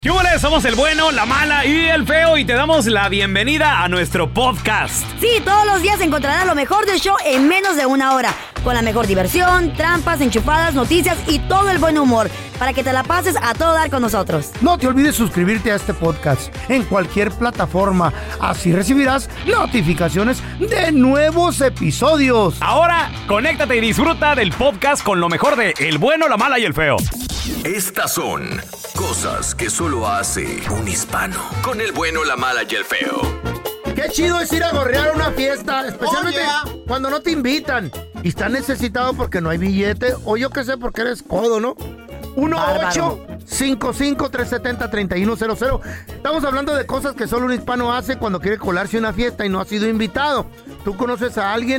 ¿Qué huele? Somos el bueno, la mala y el feo y te damos la bienvenida a nuestro podcast. Sí, todos los días encontrarás lo mejor del show en menos de una hora. Con la mejor diversión, trampas, enchufadas, noticias y todo el buen humor. Para que te la pases a todo dar con nosotros. No te olvides suscribirte a este podcast en cualquier plataforma. Así recibirás notificaciones de nuevos episodios. Ahora, conéctate y disfruta del podcast con lo mejor de El bueno, la mala y el feo. Estas son cosas que solo hace un hispano. Con el bueno, la mala y el feo. Qué chido es ir a gorrear una fiesta, especialmente cuando no te invitan y estás necesitado porque no hay billete o yo qué sé porque eres codo, ¿no? 1-855-370-3100. Estamos hablando de cosas que solo un hispano hace cuando quiere colarse a una fiesta y no ha sido invitado. ¿Tú conoces a alguien?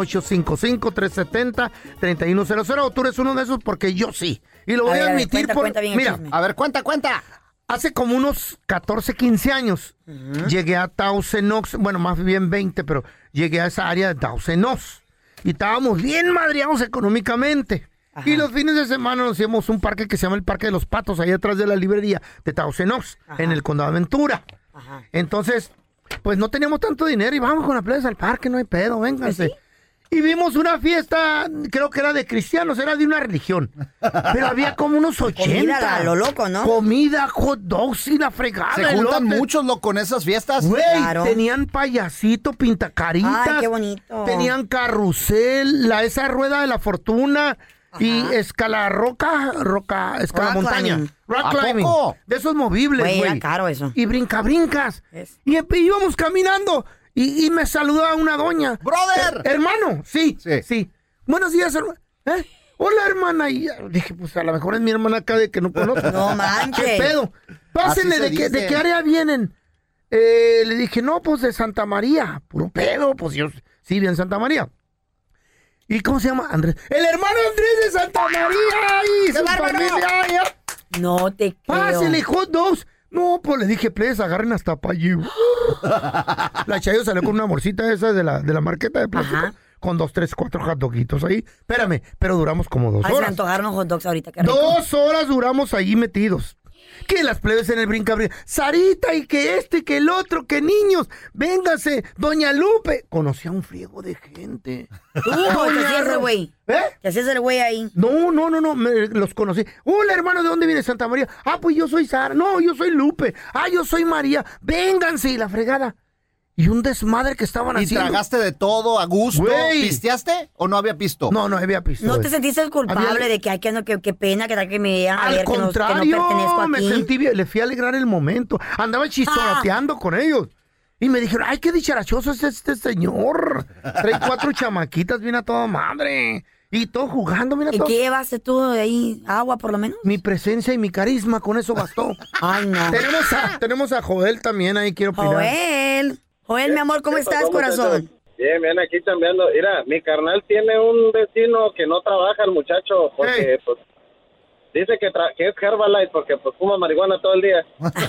1-855-370-3100. ¿O tú eres uno de esos? Porque yo sí. Y lo voy a admitir cuenta bien Mira, a ver, cuenta. Hace como unos 14, 15 años llegué a Thousand Oaks, bueno, más bien 20, pero llegué a esa área de Thousand Oaks. Y estábamos bien madreados económicamente. Ajá. Y los fines de semana nos íbamos a un parque que se llama el Parque de los Patos, ahí atrás de la librería de Thousand Oaks, en el Condado Aventura. Ajá. Entonces, pues no teníamos tanto dinero y vamos con la plebes al parque, no hay pedo, vénganse. ¿Sí? Y vimos una fiesta, creo que era de cristianos, era de una religión. Pero había como unos 80. Comida a lo loco, ¿no? Comida, hot dogs y la fregada. Se juntan muchos con esas fiestas. Güey, claro. Tenían payasito, pintacaritas. Ay, qué bonito. Tenían carrusel, esa rueda de la fortuna. Ajá. Y escalamontaña. Rock climbing. De esos movibles, güey. Era caro eso. Y brincas. Y íbamos caminando. Y me saludaba una doña. ¡Brother! Hermano, sí. Buenos días, hermano. Hola, hermana. Y dije, pues a lo mejor es mi hermana acá de que no conozco. No manches. ¿Qué pedo? Pásenle, ¿de qué área vienen? Le dije, no, pues de Santa María. Puro pedo, pues yo sí, bien Santa María. ¿Y cómo se llama? Andrés. El hermano Andrés de Santa María. Y su familia. No te creo. Pásenle hot dogs. No, pues le dije, please, agarren hasta para allí. La Chayo salió con una morcita esa de la marqueta de plástico. Con 2, 3, 4 hot dogitos ahí. Espérame, pero duramos como 2 horas. Se me antojaron hot dogs ahorita, qué rico. 2 horas duramos ahí metidos. Que las plebes en el brinca. Sarita, y que que el otro, que niños. Véngase, Doña Lupe. Conocí a un friego de gente. ¿Qué hacías el güey? ¿Qué hacías el güey ahí? No, los conocí. Hola, hermano, ¿de dónde viene Santa María? Ah, pues yo soy Sara. No, yo soy Lupe. Ah, yo soy María. Vénganse, y la fregada. Y un desmadre que estaban haciendo. ¿Y tragaste de todo a gusto? Güey. ¿Pisteaste o no había pisto? No había pisto. ¿No te sentiste culpable de que qué pena que me vean a ver contrario, que no pertenezco aquí? Me sentí bien, le fui a alegrar el momento. Andaba chistorateando con ellos. Y me dijeron, ay, qué dicharachoso es este señor. Trae 4 chamaquitas, viene a toda madre. Y todo jugando, mira. ¿Y qué llevaste tú de ahí? ¿Agua, por lo menos? Mi presencia y mi carisma, con eso bastó. Ay, no. Tenemos a Joel también, ahí quiero opinar. Joel, mi amor, ¿cómo estás, corazón? Bien, aquí chambeando. Mira, mi carnal tiene un vecino que no trabaja, el muchacho, porque pues dice que es Herbalife, porque pues fuma marihuana todo el día.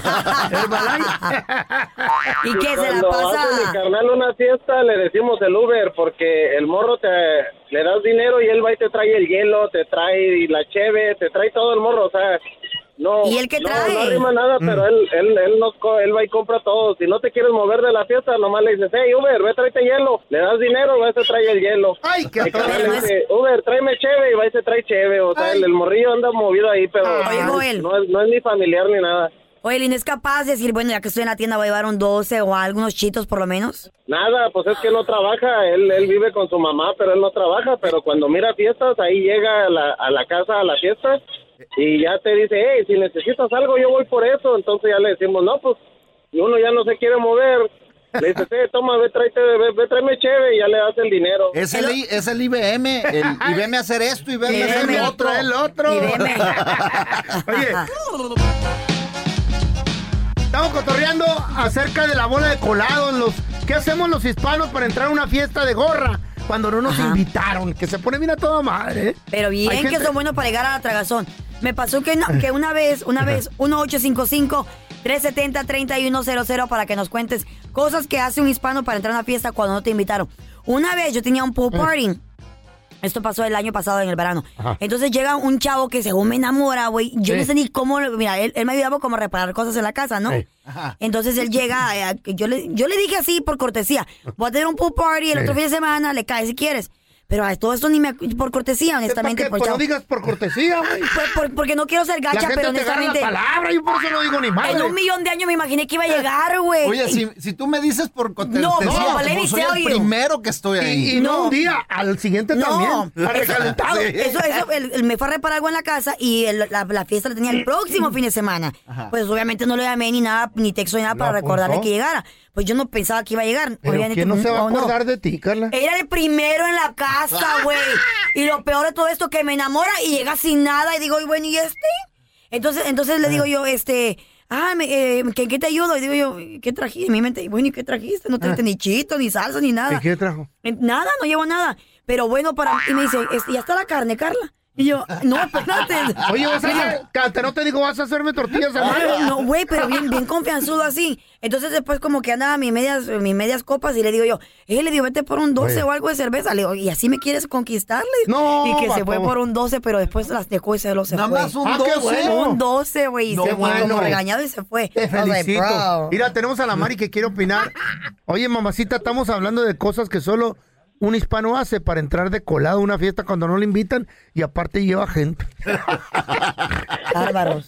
Herbalife. ¿Y qué se la pasa? Cuando hace mi carnal una fiesta, le decimos el Uber, porque el morro le das dinero y él va y te trae el hielo, te trae la cheve, te trae todo el morro, o sea... No, ¿y él qué trae? No rima nada, pero él va y compra todo. Si no te quieres mover de la fiesta, nomás le dices, hey, Uber, ve, tráete hielo. Le das dinero, va y se trae el hielo. Ay, qué le dice, Uber, tráeme cheve, y va y se trae cheve. O sea, el morrillo anda movido ahí, pero no es ni familiar ni nada. Oye, ¿y no es capaz de decir, bueno, ya que estoy en la tienda voy a llevar un 12 o algunos chitos por lo menos? Nada, pues es que no trabaja. Él vive con su mamá, pero él no trabaja. Pero cuando mira fiestas, ahí llega a la casa a la fiesta. Y ya te dice, hey, si necesitas algo, yo voy por eso. Entonces ya le decimos, no, pues, y uno ya no se quiere mover. Le dices, toma, ve, tráeme cheve, y ya le das el dinero. Es el IBM, y veme a hacer esto, y veme a hacer el otro. Oye, estamos cotorreando acerca de la bola de colado. ¿Qué hacemos los hispanos para entrar a una fiesta de gorra? Cuando no nos invitaron, que se pone bien a toda madre, ¿eh? Pero bien que son buenos para llegar a la tragazón. Me pasó que una vez, 1-855-370-3100 para que nos cuentes cosas que hace un hispano para entrar a una fiesta cuando no te invitaron. Una vez yo tenía un pool party Esto pasó el año pasado en el verano. Ajá. Entonces llega un chavo que según me enamora, güey. Yo Sí. no sé ni cómo... Mira, él me ayudaba como a reparar cosas en la casa, ¿no? Sí. Entonces él llega... yo le dije así por cortesía. Voy a tener un pool party el otro fin de semana. Le cae si quieres. Pero a todo esto ni me... Por cortesía, honestamente. ¿Para qué? Pues no digas por cortesía, güey. Porque no quiero ser La gacha, gente pero te agarra la honestamente... palabra, yo por eso no digo ni madre. En 1,000,000 de años me imaginé que iba a llegar, güey. Oye, si tú me dices por cortesía, No, let me pues soy tell el you. primero que estoy ahí. Y no un día, al siguiente también. Recalentado. Él me fue a reparar algo en la casa y la fiesta la tenía el próximo fin de semana. Pues obviamente no le llamé ni nada, ni texto ni nada para recordarle apuntó. que llegara. Pues yo no pensaba que iba a llegar. Pero Obviamente, ¿quién no se va a no. acordar de ti, Carla? Era el primero en la casa, güey. Y lo peor de todo esto, que me enamora y llega sin nada. Y digo, y bueno, ¿y este? Entonces le digo yo, ¿qué te ayudo? Y digo yo, ¿qué trajiste? En mi mente, bueno, ¿y qué trajiste? No trajiste ni chito, ni salsa, ni nada. ¿Y qué trajo? Nada, no llevo nada. Pero bueno, y me dice, ¿ya está la carne, Carla? Y yo, no, espérate. Oye, no te digo, vas a hacerme tortillas a mano. No, güey, pero bien confianzudo así. Entonces después como que andaba mis medias copas y le digo yo, le digo, vete por un 12 o algo de cerveza. Le digo, ¿y así me quieres conquistar? No, y que se vato. fue por un 12, pero después las dejó y se fue. Nada más un qué 12. bueno. Un 12, güey, y No, se fue bueno. como regañado y se fue. Te I was like, felicito. bro. Mira, tenemos a la Mari que quiere opinar. Oye, mamacita, estamos hablando de cosas que solo un hispano hace para entrar de colado a una fiesta cuando no le invitan y aparte lleva gente. Bárbaros.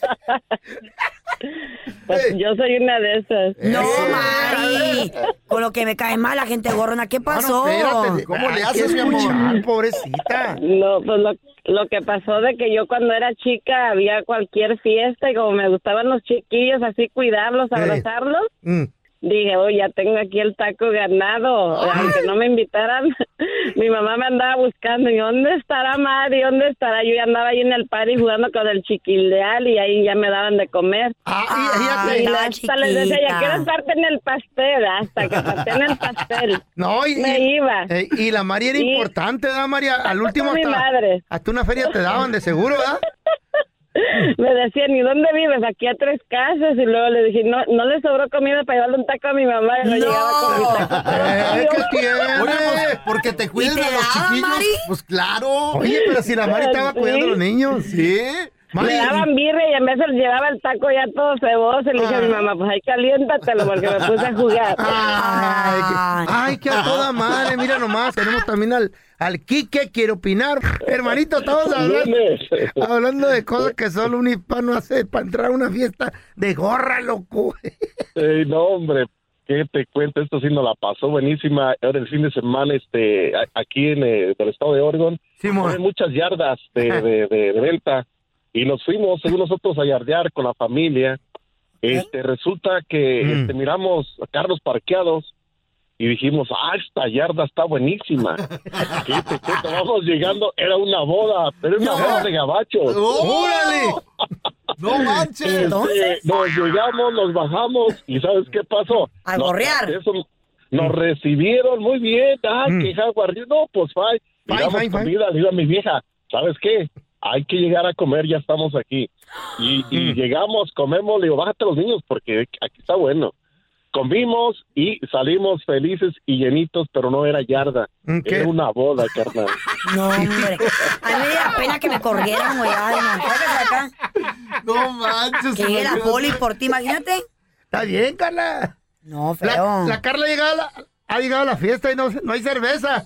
Pues yo soy una de esas. No, Mari. Con lo que me cae mal la gente gorrona. ¿Qué pasó? No, espérate. ¿Cómo le Hay que haces, mi amor? escuchar, pobrecita. No, pues lo que pasó de que yo cuando era chica había cualquier fiesta y como me gustaban los chiquillos, así cuidarlos, abrazarlos, dije, oye, ya tengo aquí el taco ganado. Aunque no me invitaran, mi mamá me andaba buscando. ¿Y dónde estará Mari? ¿Dónde estará? Yo ya andaba ahí en el party jugando con el chiquileal y ahí ya me daban de comer. Ay, Y la hasta les decía, ya chiquita. quiero parte en el pastel, hasta que parte en el pastel. No, Me iba. Y la Mari era Y- importante, ¿verdad, María? Al último mi hasta, madre. hasta una feria te daban, de seguro, ¿verdad? Me decían, ¿y dónde vives? Aquí a 3 casas. Y luego le dije, no le sobró comida para llevarle un taco a mi mamá. Y no llegaba con mi taco. ¿Qué tiene? Oye, pues, porque te cuidan ¿Y te de los daban, chiquillos. Mari? Pues claro. Oye, pero si la Mari estaba Sí. cuidando a los niños. Sí. Mari, Me daban birria y en vez les llevaba el taco ya todo ceboso. Y le dije a mi mamá, pues ahí caliéntatelo porque me puse a jugar. Ay, que a toda madre, mira nomás, tenemos también al Quique, quiere opinar. Hermanito, estamos hablando de cosas que solo un hispano hace para entrar a una fiesta de gorra, loco. No, hombre, ¿qué te cuento? Esto sí nos la pasó buenísima. Ahora el fin de semana, aquí en el estado de Oregon, hay muchas yardas de venta y nos fuimos, según nosotros, a yardear con la familia. Resulta que miramos carros parqueados y dijimos, esta yarda está buenísima. ¿Qué te cuento? Vamos llegando, era una boda, pero era una boda de gabachos. ¡Órale! ¡No manches! Nos llegamos, nos bajamos y ¿sabes qué pasó? A gorrear. Nos recibieron muy bien. Que Jaguar. No, pues fine. Miramos comida, le digo a mi vieja, ¿sabes qué? Hay que llegar a comer, ya estamos aquí. Y llegamos, comemos, le digo, bájate los niños porque aquí está bueno. Comimos y salimos felices y llenitos, pero no era yarda. Era una boda, carnal. No, hombre. A mí me da pena que me corrieran, güey. Ay, no, sáquese acá. No manches. Que llegue la poli por ti, imagínate. Está bien, Carla. No, feo. La Carla ha llegado a la fiesta y no hay cerveza.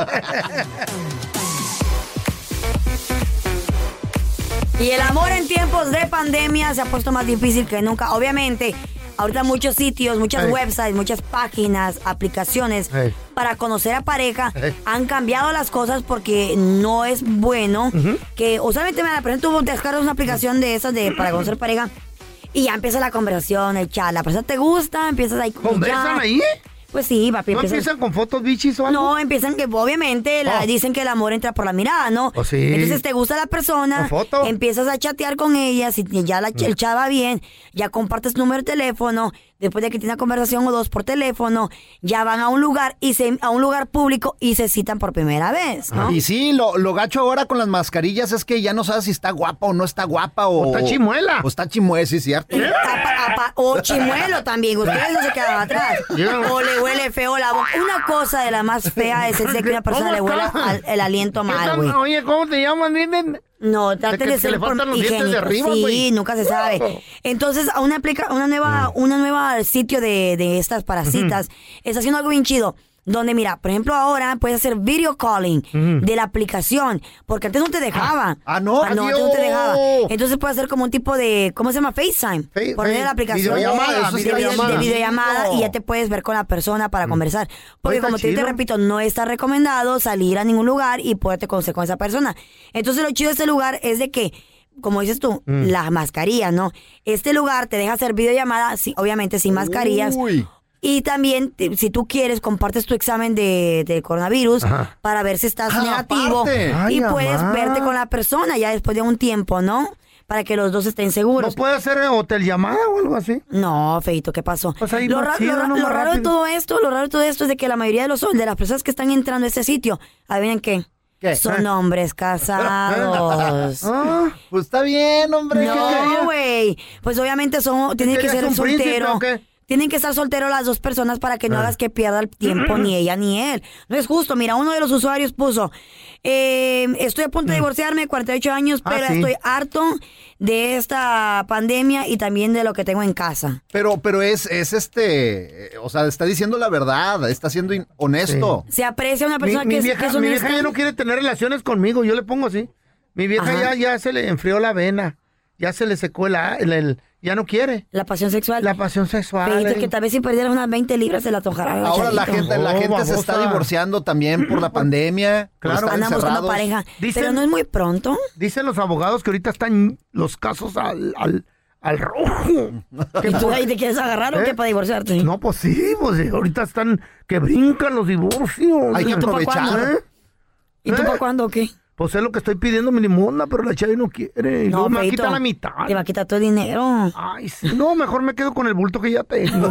Y el amor en tiempos de pandemia se ha puesto más difícil que nunca. Obviamente, ahorita muchos sitios, muchas websites, muchas páginas, aplicaciones para conocer a pareja han cambiado las cosas porque no es bueno que usualmente, por ejemplo, tú descargas una aplicación de esas para conocer pareja y ya empieza la conversación, el chat. La persona te gusta, empiezas ahí. ¿Conversan ahí? Pues sí, papi. ¿No empiezan con fotos bichis o algo? No, empiezan que obviamente dicen que el amor entra por la mirada, ¿no? Oh, sí. Entonces te gusta la persona, empiezas a chatear con ella, si ya el chat va bien, ya compartes número de teléfono, después de que tiene una conversación o dos por teléfono, ya van a un lugar a un lugar público y se citan por primera vez, ¿no? Y sí, lo gacho ahora con las mascarillas es que ya no sabes si está guapa o no está guapa o está chimuela. O está chimuela, sí, cierto. O chimuelo también, ustedes no se quedan atrás. O le huele feo la boca. Una cosa de la más fea es el de que una persona le huele el aliento mal, güey. Oye, ¿cómo te llaman? No, trate de ser higiénico. Sí, nunca se sabe. Entonces, una nueva sitio de estas parasitas está haciendo algo bien chido. Donde, mira, por ejemplo, ahora puedes hacer video calling de la aplicación, porque antes no te dejaba. No, antes no te dejaba. Entonces puedes hacer como un tipo de, ¿cómo se llama? FaceTime. Poner la aplicación de videollamada y ya te puedes ver con la persona para conversar. Porque como te repito, no está recomendado salir a ningún lugar y poderte conocer con esa persona. Entonces lo chido de este lugar es de que, como dices tú, las mascarillas, ¿no? Este lugar te deja hacer videollamada, sí, obviamente sin mascarillas. Y también, si tú quieres, compartes tu examen de coronavirus para ver si estás negativo. Y puedes verte con la persona ya después de un tiempo, ¿no? Para que los dos estén seguros. ¿No puede hacer hotel llamada o algo así? No, feito, ¿qué pasó? Pues ahí lo raro de todo esto es de que la mayoría de las personas que están entrando a este sitio, ¿adivinen qué? ¿Qué? Son hombres casados. Pues está bien, hombre. No, güey. Pues obviamente tienen que ser solteros. Tienen que estar solteros las dos personas para que no hagas que pierda el tiempo ni ella ni él. No es justo. Mira, uno de los usuarios puso, estoy a punto de divorciarme, 48 años, pero estoy harto de esta pandemia y también de lo que tengo en casa. Pero es o sea, está diciendo la verdad, está siendo honesto. Se aprecia una persona que es honesta. Mi vieja ya no quiere tener relaciones conmigo, yo le pongo así. Mi vieja ya se le enfrió la vena, ya se le secó ya no quiere. La pasión sexual. La pasión sexual. Pero que tal vez si perdieras unas 20 libras se la tojará. Ahora la gente se está divorciando también por la pandemia. Claro. Andan buscando pareja. Pero no es muy pronto. Dicen los abogados que ahorita están los casos al rojo. ¿Y tú ahí te quieres agarrar o qué para divorciarte? No, pues sí, pues ahorita están que brincan los divorcios. Hay que aprovechar. ¿Y tú para cuándo o qué? Pues es lo que estoy pidiendo mi limosna, pero la Chavi no quiere. No, me va a quitar la mitad. Te va a quitar tu dinero. Ay, sí. No, mejor me quedo con el bulto que ya tengo.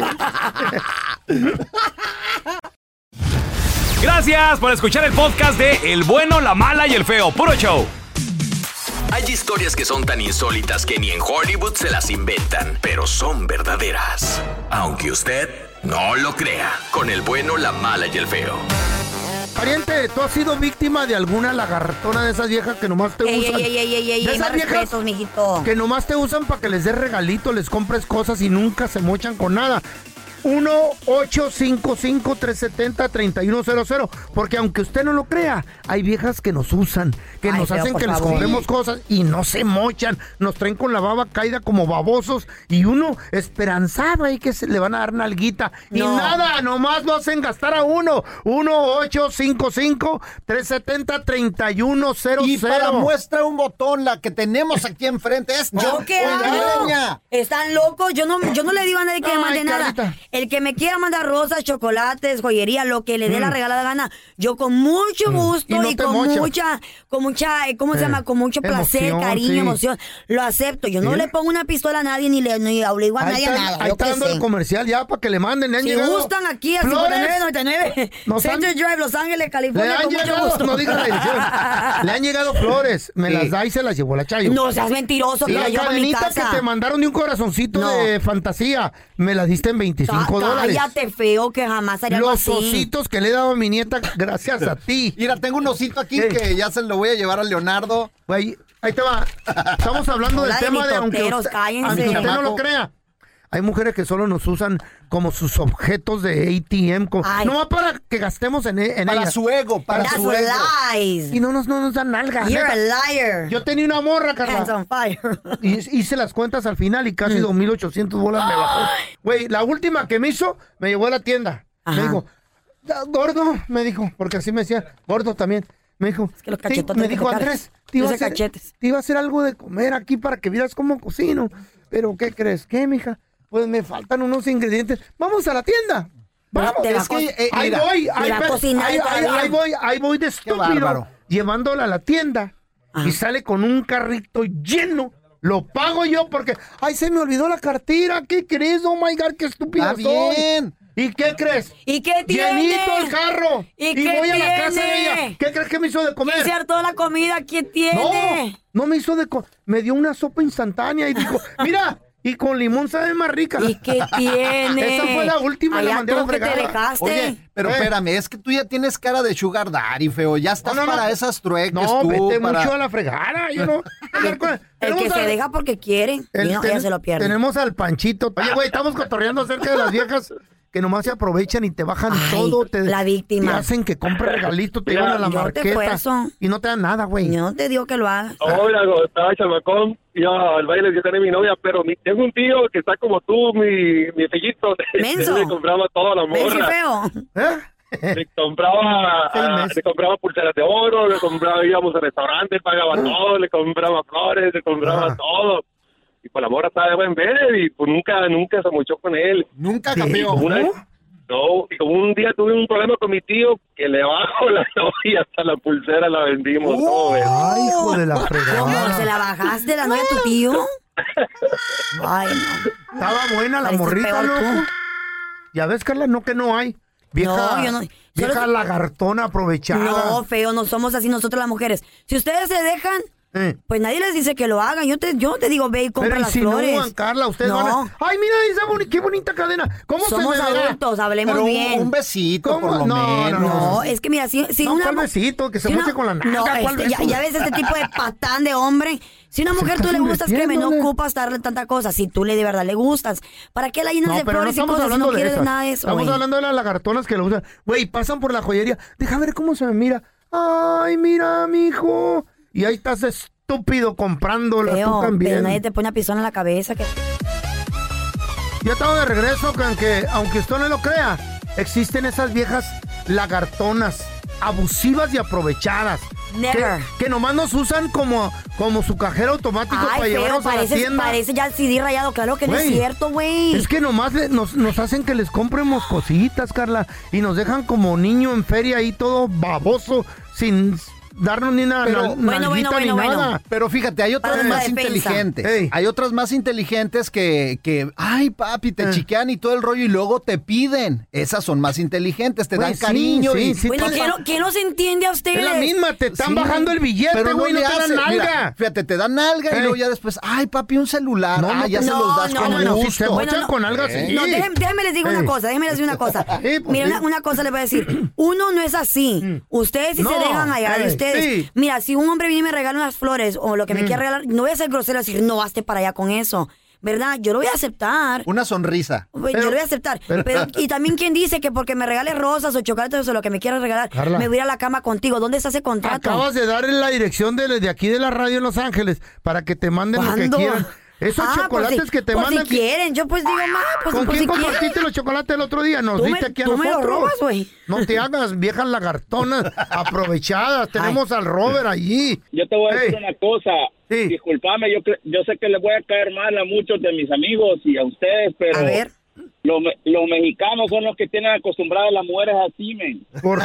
Gracias por escuchar el podcast de El Bueno, la Mala y el Feo. Puro show. Hay historias que son tan insólitas que ni en Hollywood se las inventan, pero son verdaderas. Aunque usted no lo crea. Con El Bueno, la Mala y el Feo. Pariente, ¿tú has sido víctima de alguna lagartona de esas viejas que nomás te usan? De esas viejas respetos, mijito. Que nomás te usan para que les des regalito, les compres cosas y nunca se mochan con nada. 1-855-370-3100. Porque aunque usted no lo crea, hay viejas que nos usan, que nos hacen que les compremos cosas y no se mochan. Nos traen con la baba caída como babosos y uno esperanzaba y que se le van a dar nalguita. No. Y nada, nomás lo hacen gastar a uno. 1-855-370-3100. Y para muestra un botón, la que tenemos aquí enfrente. ¿Yo qué hago? Están locos. Yo no le digo a nadie que me mande nada. El que me quiera mandar rosas, chocolates, joyería, lo que le dé la regalada gana, yo con mucho gusto y con mucha, ¿cómo se llama? Con mucho placer, cariño, emoción, lo acepto. Yo no le pongo una pistola a nadie ni obligo a nadie a nada. Ahí está dando el comercial ya para que le manden. Si gustan aquí al 5999 Center Drive, Los Ángeles, California, con mucho gusto. No digan la dirección. Le han llegado flores, me las da y se las llevó la Chayo. No seas mentiroso, que la llevo a mi casa. Que te mandaron de un corazoncito de fantasía, me la diste en $25. Cállate, feo, que jamás haría algo así. Los ositos que le he dado a mi nieta gracias a ti. Mira, tengo un osito aquí que ya se lo voy a llevar a Leonardo. Ahí te va. Estamos hablando del tema de aunque usted no lo crea. Hay mujeres que solo nos usan como sus objetos de ATM. No para que gastemos en ellas. Para su ego, para su ego. Lies. Y no nos dan nalgas. You're a liar. Yo tenía una morra, Carla. Hands on fire. Y hice las cuentas al final y casi $2,800 me bajó. Güey, la última que me hizo, me llevó a la tienda. Me dijo, gordo, me dijo, porque así me decía, gordo también. Me dijo, es que los cachetotes me dijo, Andrés, te iba a hacer algo de comer aquí para que vieras cómo cocino. Pero, ¿qué crees? ¿Qué, mija? Pues me faltan unos ingredientes. Vamos a la tienda. Vamos. Ahí voy de estúpido. Llevándola a la tienda y sale con un carrito lleno Lo pago yo porque, ay, se me olvidó la cartera. ¿Qué crees? Oh my God, qué estúpida soy. bien. ¿Y qué crees? ¿Y qué tiene? Llenito el carro. ¿Y qué voy a la casa de ella. ¿Qué crees que me hizo de comer? ¿Quién se hartó la comida? ¿Quién tiene? No me hizo de comer. Me dio una sopa instantánea y dijo, mira, y con limón sabe más rica. ¿Y qué tiene? Esa fue la última, la mandé a la fregada. Te dejaste. Oye, pero espérame, es que tú ya tienes cara de sugar daddy, feo. Ya estás para esas trueques tú. No, vete para... mucho a la fregada. Yo no... El que se deja porque quiere, ella se lo pierde. Tenemos al Panchito. Oye, güey, estamos cotorreando acerca de las viejas que nomás se aprovechan y te bajan todo. La víctima. Te hacen que compre regalito, te llevan a la marqueta. Y no te dan nada, güey. Yo no te digo que lo hagas. Hola, estaba chamacón. Yo al baile yo tenía mi novia, pero tengo un tío que está como tú, mi fellito. Menso. Le compraba todo a la morra. Menso feo. Le compraba pulseras de oro, íbamos al restaurante, pagaba todo, le compraba flores, le compraba todo. Y pues la morra estaba de buen ver y pues nunca se mochó con él. ¿Nunca cambió? No, y como un día tuve un problema con mi tío que le bajo la novia, hasta la pulsera la vendimos. Ay, hijo de la fregada. ¿Cómo? ¿Se la bajaste la novia a tu tío? Ay, no. Estaba buena la morrita, loco. Ya ves, Carla, no que no hay. Vieja, yo no. Vieja lagartona aprovechada. No, feo, no somos así nosotros las mujeres. Si ustedes se dejan... Pues nadie les dice que lo hagan. Yo te digo, ve y compra las flores. Pero Carla, ustedes van a... Ay, mira esa qué bonita cadena. ¿Cómo somos se me adultos, hablemos bien. Un besito, por lo menos. No, es que mira, si ¿cuál besito? Que se moche con la nalga. No, ya ves este tipo de patán de hombre. Si a una mujer tú le gustas, créeme, no ocupas darle tanta cosa. Si tú de verdad le gustas, ¿para qué la llenas de flores y cosas si no quieres de nada de eso? Estamos hablando de las lagartonas que lo usan. Güey, pasan por la joyería. Deja ver cómo se me mira. Ay, mira, mijo. Y ahí estás estúpido comprándola tú también. Pero nadie te pone a pisón en la cabeza. Ya estamos de regreso, aunque usted no lo crea, existen esas viejas lagartonas, abusivas y aprovechadas. Never. Que nomás nos usan como su cajero automático para llevarnos a la tienda. Parece ya el CD rayado, claro que no es cierto, güey. Es que nomás nos hacen que les compremos cositas, Carla, y nos dejan como niño en feria ahí todo baboso, sin darnos ni nada, nada. Pero fíjate, hay otras más inteligentes. Hey. Hay otras más inteligentes que ay, papi, te chiquean y todo el rollo y luego te piden. Esas son más inteligentes, te dan cariño. Sí, bueno, ¿quién los entiende a ustedes? Es la misma, te están bajando el billete, güey, no te dan nalga. Mira, fíjate, te dan nalga y luego ya después, ay, papi, un celular. Ya se los das con gusto. Si se mochan con algo así. No, déjenme les digo una cosa, Mira, una cosa les voy a decir. Uno no es así. Ustedes si se dejan allá de ustedes. Sí. Mira, si un hombre viene y me regala unas flores o lo que me quiera regalar, no voy a ser grosero y decir, no, hazte para allá con eso. ¿Verdad? Yo lo voy a aceptar. Una sonrisa. Yo lo voy a aceptar. Pero, y también quien dice que porque me regales rosas o chocolates o lo que me quieras regalar, Carla, me voy a ir a la cama contigo. ¿Dónde está ese contrato? Acabas de darle la dirección de aquí de la radio en Los Ángeles para que te manden lo que quieran. Esos chocolates que te mandan. Si quieren, yo pues digo, pues ¿con quién compartiste quieren los chocolates el otro día? Nos diste aquí a nosotros. Tú me los robas, güey. No te hagas, viejas lagartonas aprovechadas. Tenemos al Robert allí. Yo te voy a decir una cosa. Sí. Disculpame, yo sé que les voy a caer mal a muchos de mis amigos y a ustedes, pero... A ver. Los mexicanos son los que tienen acostumbradas a las mujeres así, men. ¿Cómo?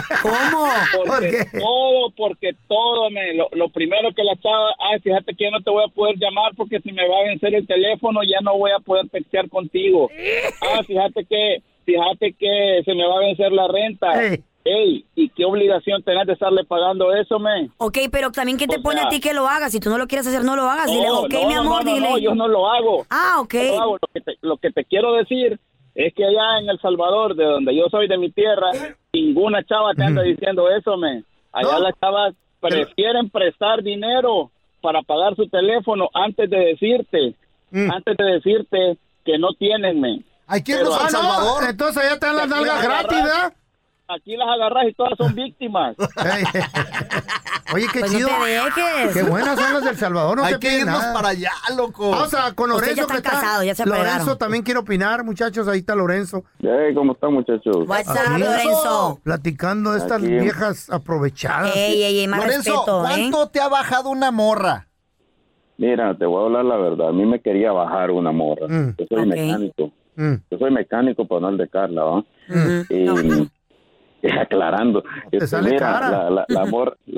Porque todo, men. Lo primero que la chava, fíjate que ya no te voy a poder llamar porque si me va a vencer el teléfono ya no voy a poder textear contigo. Fíjate que se me va a vencer la renta. Ey, ¿y qué obligación tenés de estarle pagando eso, men? Ok, pero también ¿quién te pone a ti que lo hagas? Si tú no lo quieres hacer, no lo hagas. Dile, mi amor, dile. No, yo no lo hago. Ok. No lo hago. Lo que te quiero decir es que allá en El Salvador, de donde yo soy, de mi tierra, ninguna chava te anda diciendo eso, men. Allá las chavas prefieren prestar dinero para pagar su teléfono antes de decirte que no tienen, men. Aquí en El Salvador. Entonces allá te dan las nalgas gratis, ¿verdad? Aquí las agarras y todas son víctimas. Oye, qué chido. No te dejes. Qué buenas son las del Salvador. No hay te que irnos nada para allá, loco. Vamos a con Lorenzo. Ya están casados, ya se Lorenzo apagaron. también quiere opinar, muchachos. Ahí está Lorenzo. ¿Cómo están, muchachos? What's up, Lorenzo? Platicando de estas viejas aprovechadas. Ey, más Lorenzo, respeto, ¿cuánto te ha bajado una morra? Mira, te voy a hablar la verdad. A mí me quería bajar una morra. Yo soy mecánico. Yo soy mecánico, pero no el de Carla, ¿va? Y aclarando. Te sale cara. La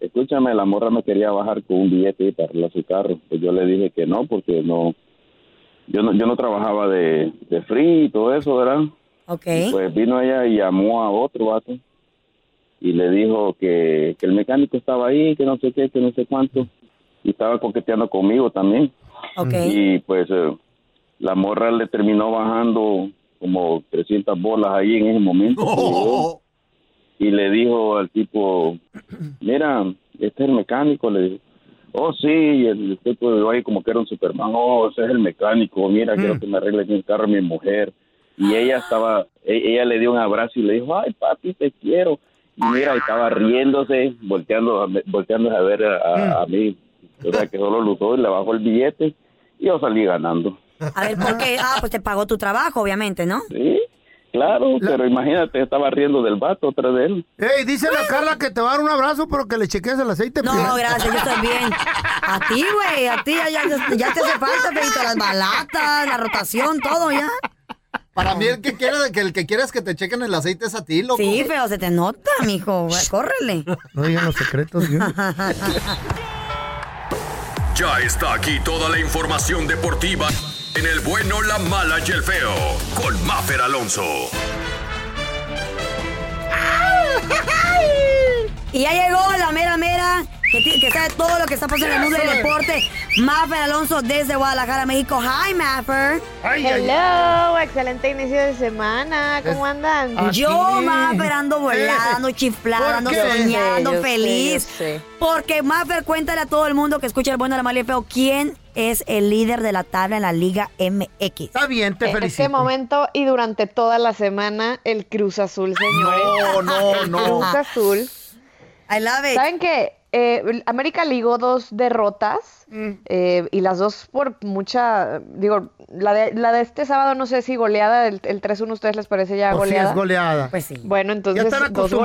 escúchame, la morra me quería bajar con un billete para arreglar su carro. Pues yo le dije que no, porque yo no trabajaba de free y todo eso, ¿verdad? Okay. Y pues vino ella y llamó a otro vato y le dijo que el mecánico estaba ahí, que no sé qué, que no sé cuánto, y estaba coqueteando conmigo también. Okay. Y pues la morra le terminó bajando como 300 bolas ahí en ese momento. Y le dijo al tipo, mira, este es el mecánico, le dijo. Oh, sí, el tipo de ahí como que era un Superman. Oh, ese es el mecánico, mira, quiero que me arregle el carro a mi mujer. Y ella le dio un abrazo y le dijo, ay, papi, te quiero. Y mira, estaba riéndose, volteándose a ver a mí. O sea, que solo lo usó y le bajó el billete y yo salí ganando. A ver, ¿por qué? Pues te pagó tu trabajo, obviamente, ¿no? Sí, claro, pero imagínate, estaba riendo del vato atrás de él. Ey, dice la Carla que te va a dar un abrazo, pero que le chequees el aceite. No, gracias, yo estoy bien. A ti, güey, a ti ya te hace falta, Feito, las balatas, la rotación, todo ya. Para mí el que quieres que te chequen el aceite es a ti, loco. Sí, pero se te nota, mijo, córrele. No digan los secretos, ¿sí? Ya está aquí toda la información deportiva en El Bueno, la Mala y el Feo, con Mafer Alonso. Y ya llegó la mera, que sabe todo lo que está pasando en el mundo del deporte. Mafer Alonso desde Guadalajara, México. Hi, Mafer. Hello, excelente inicio de semana. ¿Cómo andan? Yo, Mafer, ando volando, chiflada, ando soñando, feliz. Yo sé. Porque, Mafer, cuéntale a todo el mundo que escucha El Bueno, la Mala y el Feo, ¿quién es el líder de la tabla en la Liga MX? Está bien, te felicito. En este momento y durante toda la semana, el Cruz Azul, señores. No. Cruz Azul. I love it. ¿Saben qué? América ligó 2 derrotas y las dos por mucha, digo, la de este sábado no sé si goleada, el 3-1 ¿a ustedes les parece ya goleada? Sí, es goleada. Pues sí. Bueno, entonces dos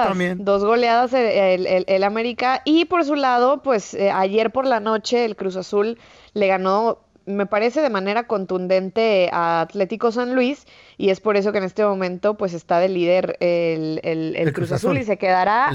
goleadas el América y por su lado, pues ayer por la noche el Cruz Azul le ganó, me parece de manera contundente a Atlético San Luis y es por eso que en este momento pues está de líder el Cruz Azul y se quedará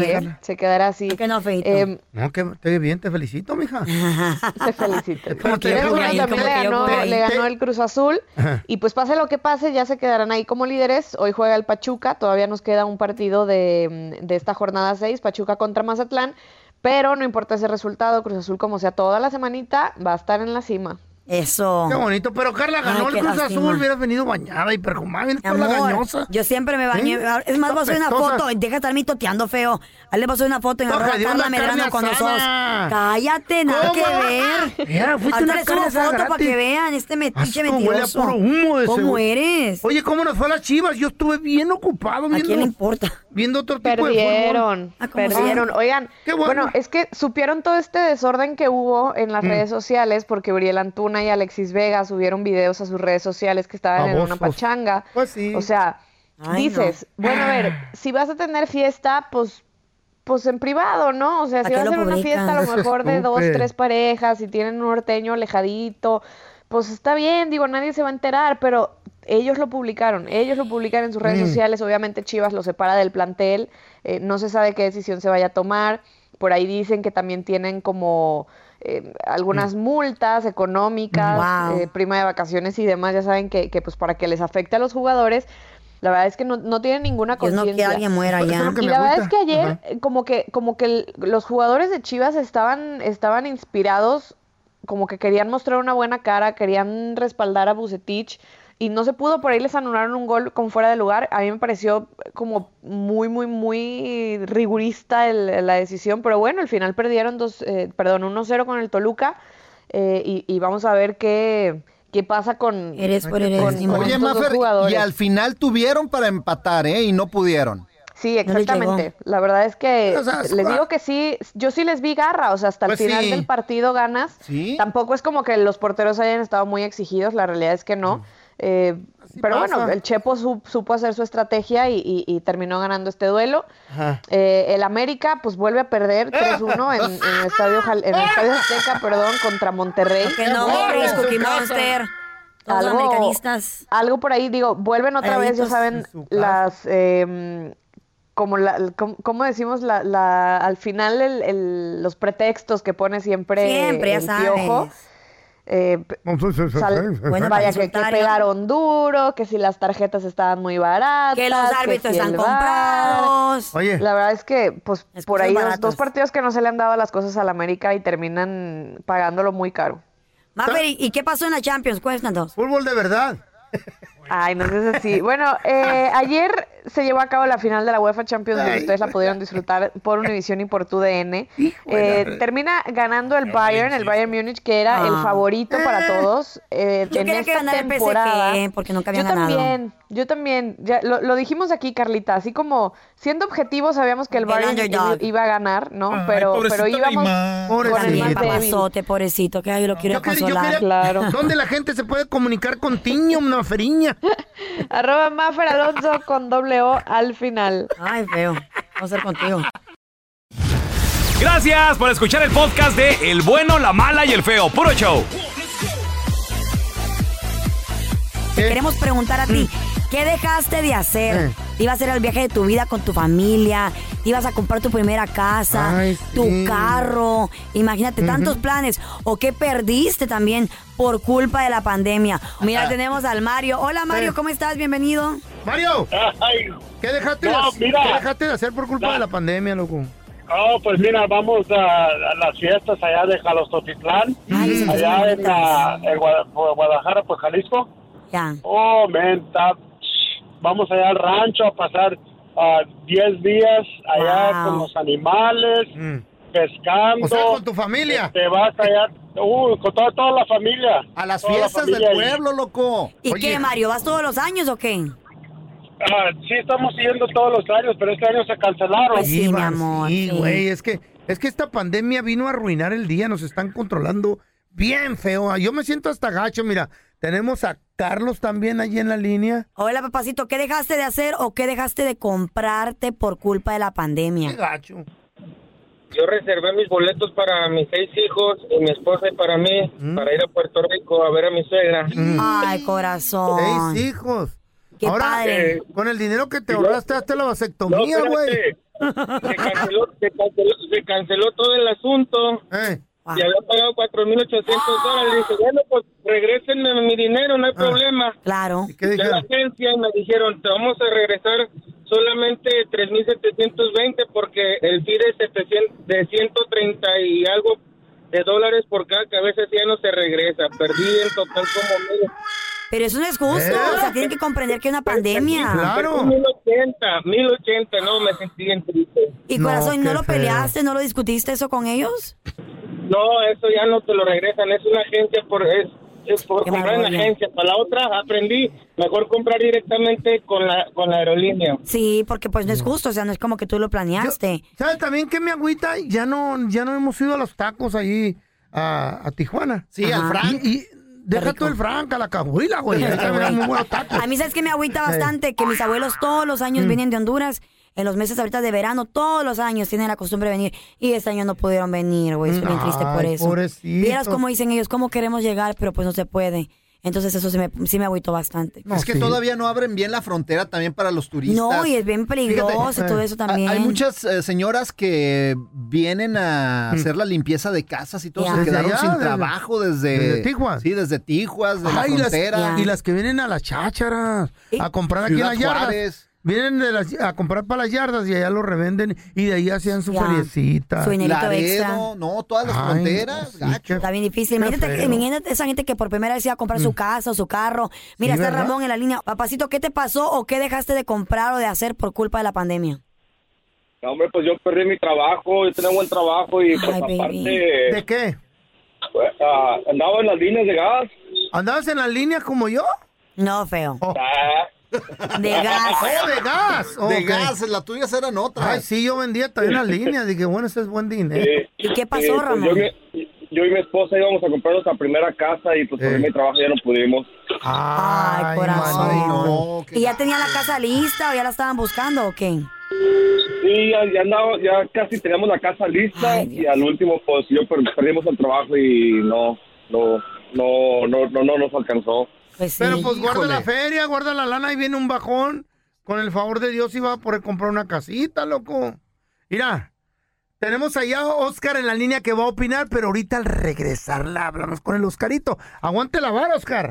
se quedará así. ¿Por qué no, Feito? No, que estoy bien, te felicito, mija. Te felicito. Porque también le ganó el Cruz Azul y pues pase lo que pase ya se quedarán ahí como líderes. Hoy juega el Pachuca, todavía nos queda un partido de esta jornada 6, Pachuca contra Mazatlán. Pero no importa ese resultado, Cruz Azul como sea toda la semanita va a estar en la cima. Eso. Qué bonito, pero Carla ganó el Cruz Azul, hubieras venido bañada y perfumada, vienes toda la gañosa. Yo siempre me bañé. Es más, voy a hacer una foto, deja de estar mitoteando, feo. A él le pasó una foto en Carla Medrano con nosotros. Cállate, nada que ver. Mira, fuiste ahorita le subo foto para que vean este metiche mentiroso. Huele a puro humo de ¿Cómo eres? Oye, ¿cómo nos fue a las Chivas? Yo estuve bien ocupado viendo. ¿A quién le importa? Viendo otro tipo de fútbol. Perdieron. Oigan, bueno, es que supieron todo este desorden que hubo en las redes sociales porque Uriel Antuna y Alexis Vega subieron videos a sus redes sociales que estaban en una pachanga. Pues sí. O sea, dices, bueno, a ver, si vas a tener fiesta, pues en privado, ¿no? O sea, si vas a hacer una fiesta a lo mejor de 2, 3 parejas y tienen un norteño alejadito, pues está bien, digo, nadie se va a enterar, pero ellos lo publicaron en sus redes sociales, obviamente Chivas lo separa del plantel, no se sabe qué decisión se vaya a tomar, por ahí dicen que también tienen como algunas multas económicas, prima de vacaciones y demás, ya saben que pues para que les afecte a los jugadores, la verdad es que no tienen ninguna conciencia. No que alguien muera ya. Y la verdad es que ayer como que los jugadores de Chivas estaban inspirados, como que querían mostrar una buena cara, querían respaldar a Vucetich y no se pudo, por ahí les anularon un gol con fuera de lugar. A mí me pareció como muy, muy, muy rigurista la decisión, pero bueno, al final perdieron 1-0 con el Toluca y vamos a ver qué pasa con Oye, Mafer, y al final tuvieron para empatar, y no pudieron. Sí, exactamente. La verdad es que les digo que sí, yo sí les vi garra, o sea, hasta el final del partido ganas. ¿Sí? Tampoco es como que los porteros hayan estado muy exigidos, la realidad es que no. Pero bueno, el Chepo supo hacer su estrategia y terminó ganando este duelo. El América pues vuelve a perder 3-1 en el Estadio Azteca, contra Monterrey. Que no, Cookie Monster. Todos los americanistas. Algo por ahí, digo, vuelven otra vez, ya saben, ¿cómo decimos? Al final los pretextos que pone siempre el Piojo. Vaya que pegaron duro, que si las tarjetas estaban muy baratas, que los árbitros están comprados. Oye, la verdad es que pues por ahí dos partidos que no se le han dado las cosas al América y terminan pagándolo muy caro. Maffer, ¿y qué pasó en la Champions? Cuéntanos. Fútbol de verdad. Ay, no sé si... Bueno, ayer se llevó a cabo la final de la UEFA Champions League. Ustedes la pudieron disfrutar por Univision y por TUDN. Termina ganando el Bayern Múnich, que era el favorito para todos. Yo quería que ganara el PSG, porque nunca habían ganado. Yo también. Ya, lo dijimos aquí, Carlita. Así como, siendo objetivos, sabíamos que el Bayern iba a ganar, ¿no? Pero íbamos con el más débil. Pobrecito, que yo lo quiero consolar. Claro. ¿Dónde la gente se puede comunicar contigo, una feriña? @Maffer Alonso con O al final. Ay, feo. Vamos a ser contigo. Gracias por escuchar el podcast de El Bueno, la Mala y el Feo. Puro show. Te queremos preguntar a ti, ¿qué dejaste de hacer? ¿Te ibas a hacer el viaje de tu vida con tu familia? ¿Te ibas a comprar tu primera casa? ¿Tu carro? Imagínate, tantos planes. ¿O qué perdiste también por culpa de la pandemia? Mira, tenemos al Mario. Hola, Mario, ¿cómo estás? Bienvenido. Mario, ¿qué dejaste de hacer por culpa de la pandemia, loco? Oh, pues mira, vamos a las fiestas allá de Jalostotitlán, allá en Guadalajara, pues Jalisco. Ya. Oh, vamos allá al rancho a pasar 10 días allá con los animales, pescando. O sea, con tu familia. Te vas allá, con toda la familia. A las fiestas del pueblo, loco. ¿Y qué, Mario? ¿Vas todos los años o qué? Sí, estamos siguiendo todos los años, pero este año se cancelaron. Pues sí, mi amor. Sí, güey, es que esta pandemia vino a arruinar el día, nos están controlando bien feo. Yo me siento hasta gacho, mira. Tenemos a Carlos también allí en la línea. Hola, papacito, ¿qué dejaste de hacer o qué dejaste de comprarte por culpa de la pandemia? Qué gacho. Yo reservé mis boletos para mis 6 hijos y mi esposa y para mí, para ir a Puerto Rico a ver a mi suegra. Ay, corazón. 6 hijos. Qué ahora, padre. Con el dinero que te ahorraste, hazte la vasectomía, güey. Se canceló todo el asunto. Y había pagado $4,800. Dije, bueno, pues regrésenme mi dinero, no hay problema. Claro. De la agencia y me dijeron, te vamos a regresar solamente 3,720 porque el fee de 130 y algo de dólares por cada cabeza ya no se regresa. Perdí en total como 1,000. Pero eso no es justo, o sea, tienen que comprender que es una pandemia. Claro. 1,080, no, me sentí bien triste. Y corazón, ¿no lo peleaste, no lo discutiste eso con ellos? No, eso ya no te lo regresan, es una agencia es por comprar en la agencia. Para la otra aprendí, mejor comprar directamente con la aerolínea. Sí, porque pues no es justo, o sea, no es como que tú lo planeaste. ¿Sabes también que mi agüita? Ya no hemos ido a los tacos ahí a Tijuana. Sí, al Frank. Y deja tú el Frank, a la cabuila, güey. Muy buenos tacos. A mí, ¿sabes qué me agüita bastante? Que mis abuelos todos los años vienen de Honduras. En los meses ahorita de verano, todos los años tienen la costumbre de venir. Y este año no pudieron venir, güey. Estoy bien triste por eso. Pobrecito. Vieras cómo dicen ellos, cómo queremos llegar, pero pues no se puede. Entonces eso sí me agüitó bastante. No, es que todavía no abren bien la frontera también para los turistas. No, y es bien peligroso todo eso también. Hay muchas señoras que vienen a hacer la limpieza de casas y todo. Se quedaron sin trabajo desde Tijuas. Sí, desde Tijuas, de la frontera. Y las que vienen a las chácharas a comprar aquí en las yardas. Vienen a comprar para las yardas y allá lo revenden y de ahí hacían su feriecita. Su dinerito extra. No, todas las fronteras. Sí, está bien difícil. Imagínate esa gente que por primera vez iba a comprar su casa o su carro. Mira, está Ramón en la línea. Papacito, ¿qué te pasó o qué dejaste de comprar o de hacer por culpa de la pandemia? No, hombre, pues yo perdí mi trabajo, yo tenía buen trabajo y pues aparte... ¿De qué? Pues, andaba en las líneas de gas. ¿Andabas en las líneas como yo? No, feo. De gas. De gas. De gas, las tuyas eran otras. Ay, sí, yo vendía también las líneas. Dije, bueno, ese es buen dinero. ¿Y qué pasó, Ramón? Pues yo y mi esposa íbamos a comprar nuestra primera casa y pues por mi trabajo ya no pudimos. Ay, corazón. No, ¿Y ya tenía la casa lista o ya la estaban buscando o qué? Sí, ya casi teníamos la casa lista y al último pues perdimos el trabajo y no nos alcanzó. Pues sí. Pero pues guarda la feria, guarda la lana y viene un bajón. con el favor de Dios iba a poder comprar una casita, loco. Mira, tenemos allá a Oscar en la línea que va a opinar, pero ahorita al regresar la hablamos con el Oscarito. Aguante la vara, Oscar.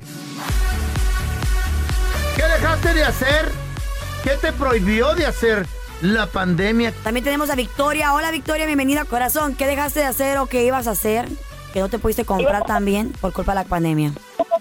¿Qué dejaste de hacer? ¿Qué te prohibió de hacer la pandemia? También tenemos a Victoria. Hola, Victoria, bienvenida, corazón. ¿Qué dejaste de hacer o qué ibas a hacer que no te pudiste comprar también por culpa de la pandemia?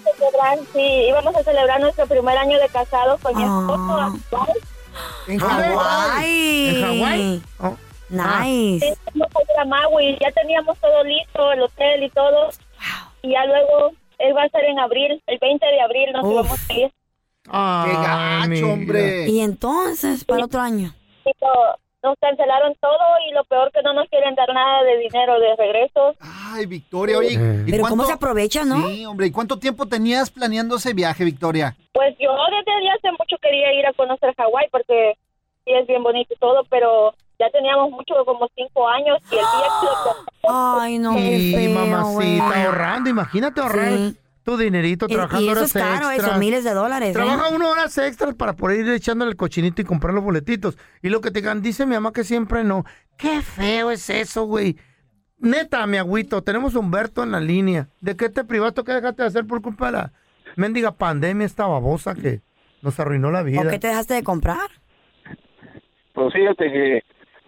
Íbamos a celebrar nuestro primer año de casados con mi esposo. ¿En Hawái? ¿En Hawái? Oh. Nice. Sí, fuimos a Maui, ya teníamos todo listo, el hotel y todo. Y ya luego, él va a ser en abril, el 20 de abril nos íbamos a ir. ¡Qué gacho, hombre! Y entonces, para otro año. Nos cancelaron todo y lo peor que no nos quieren dar nada de dinero de regreso. Ay, Victoria, oye. Pero ¿cómo se aprovecha, no? Sí, hombre, ¿y cuánto tiempo tenías planeando ese viaje, Victoria? Pues yo desde hace mucho quería ir a conocer Hawái porque sí es bien bonito y todo, pero ya teníamos mucho, como 5 años y el día que... Ay, no, qué feo, mamacita, güey. ahorrando, imagínate ahorrar tu dinerito, trabajando y eso horas es caro, extras. eso, miles de dólares. Trabaja 1 horas extras para poder ir echándole el cochinito y comprar los boletitos. Y lo que te digan, dice mi mamá que siempre no. Qué feo es eso, güey. Neta, mi agüito, tenemos a Humberto en la línea. ¿De qué te privaste? ¿Qué dejaste de hacer por culpa de la mendiga pandemia, esta babosa que nos arruinó la vida? ¿O qué te dejaste de comprar? Pues fíjate que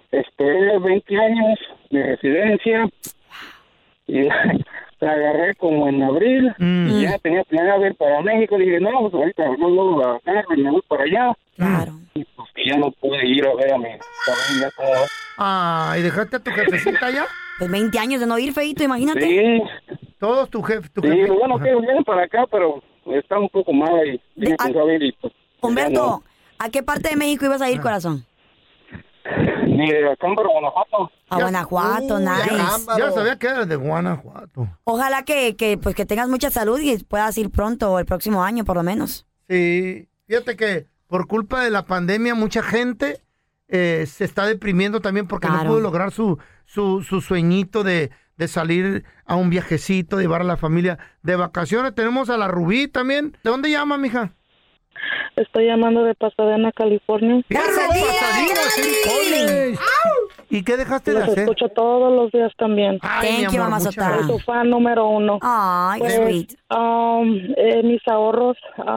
20 años de residencia y la agarré como en abril y ya tenía planeado ir para México. Dije, no, pues ahorita no a agarrar y me voy para allá. Claro. Y pues que ya no pude ir a ver a mi familia. ¿Y dejaste a tu jefecita allá? Pues 20 años de no ir, feito, imagínate. Sí. Todos tu jefe. Sí, bueno, que vienen para acá, pero está un poco mal y tenía pensado ir y pues... Humberto, ¿a qué parte de México ibas a ir, corazón? Ni de Acámbaro, Guanajuato. A Guanajuato, nice. Ya sabía que eras de Guanajuato. Ojalá que tengas mucha salud y puedas ir pronto, el próximo año por lo menos. Sí, fíjate que por culpa de la pandemia mucha gente se está deprimiendo también porque no pudo lograr su sueñito de salir a un viajecito, de llevar a la familia de vacaciones. Tenemos a la Rubí también. ¿De dónde llama, mija? Estoy llamando de Pasadena, California. ¿Y qué dejaste de Los hacer? escucho todos los días también. Thank you, mamazota. Soy tu fan número 1. Ay, pues, sweet. Mis ahorros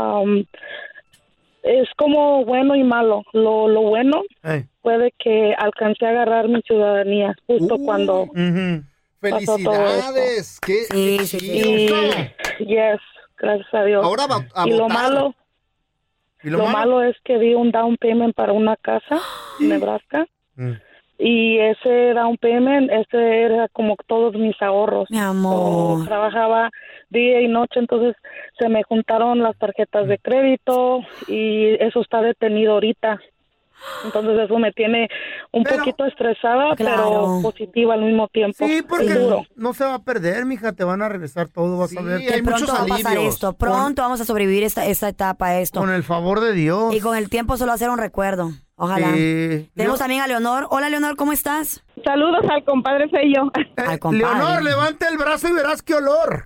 es como bueno y malo. Lo bueno puede que alcancé a agarrar mi ciudadanía justo cuando pasó todo ¡Felicidades! esto. ¡Qué chido! Yes, gracias a Dios. Ahora va a y lo votar. malo... Lo malo es que di un down payment para una casa en Nebraska. Y ese down payment, ese era como todos mis ahorros. Mi amor. Trabajaba día y noche, entonces se me juntaron las tarjetas de crédito y eso está detenido ahorita. Entonces eso me tiene un poquito estresada, pero positiva al mismo tiempo. Sí, porque duro. no se va a perder, mija, te van a regresar todo, vas a ver. Que pronto va a pasar esto, pronto vamos a sobrevivir esta etapa, esto. Con el favor de Dios. Y con el tiempo solo hacer un recuerdo, ojalá. Sí. Tenemos también a Leonor. Hola, Leonor, ¿cómo estás? Saludos al compadre Feyo. Al compadre. Leonor, levanta el brazo y verás qué olor.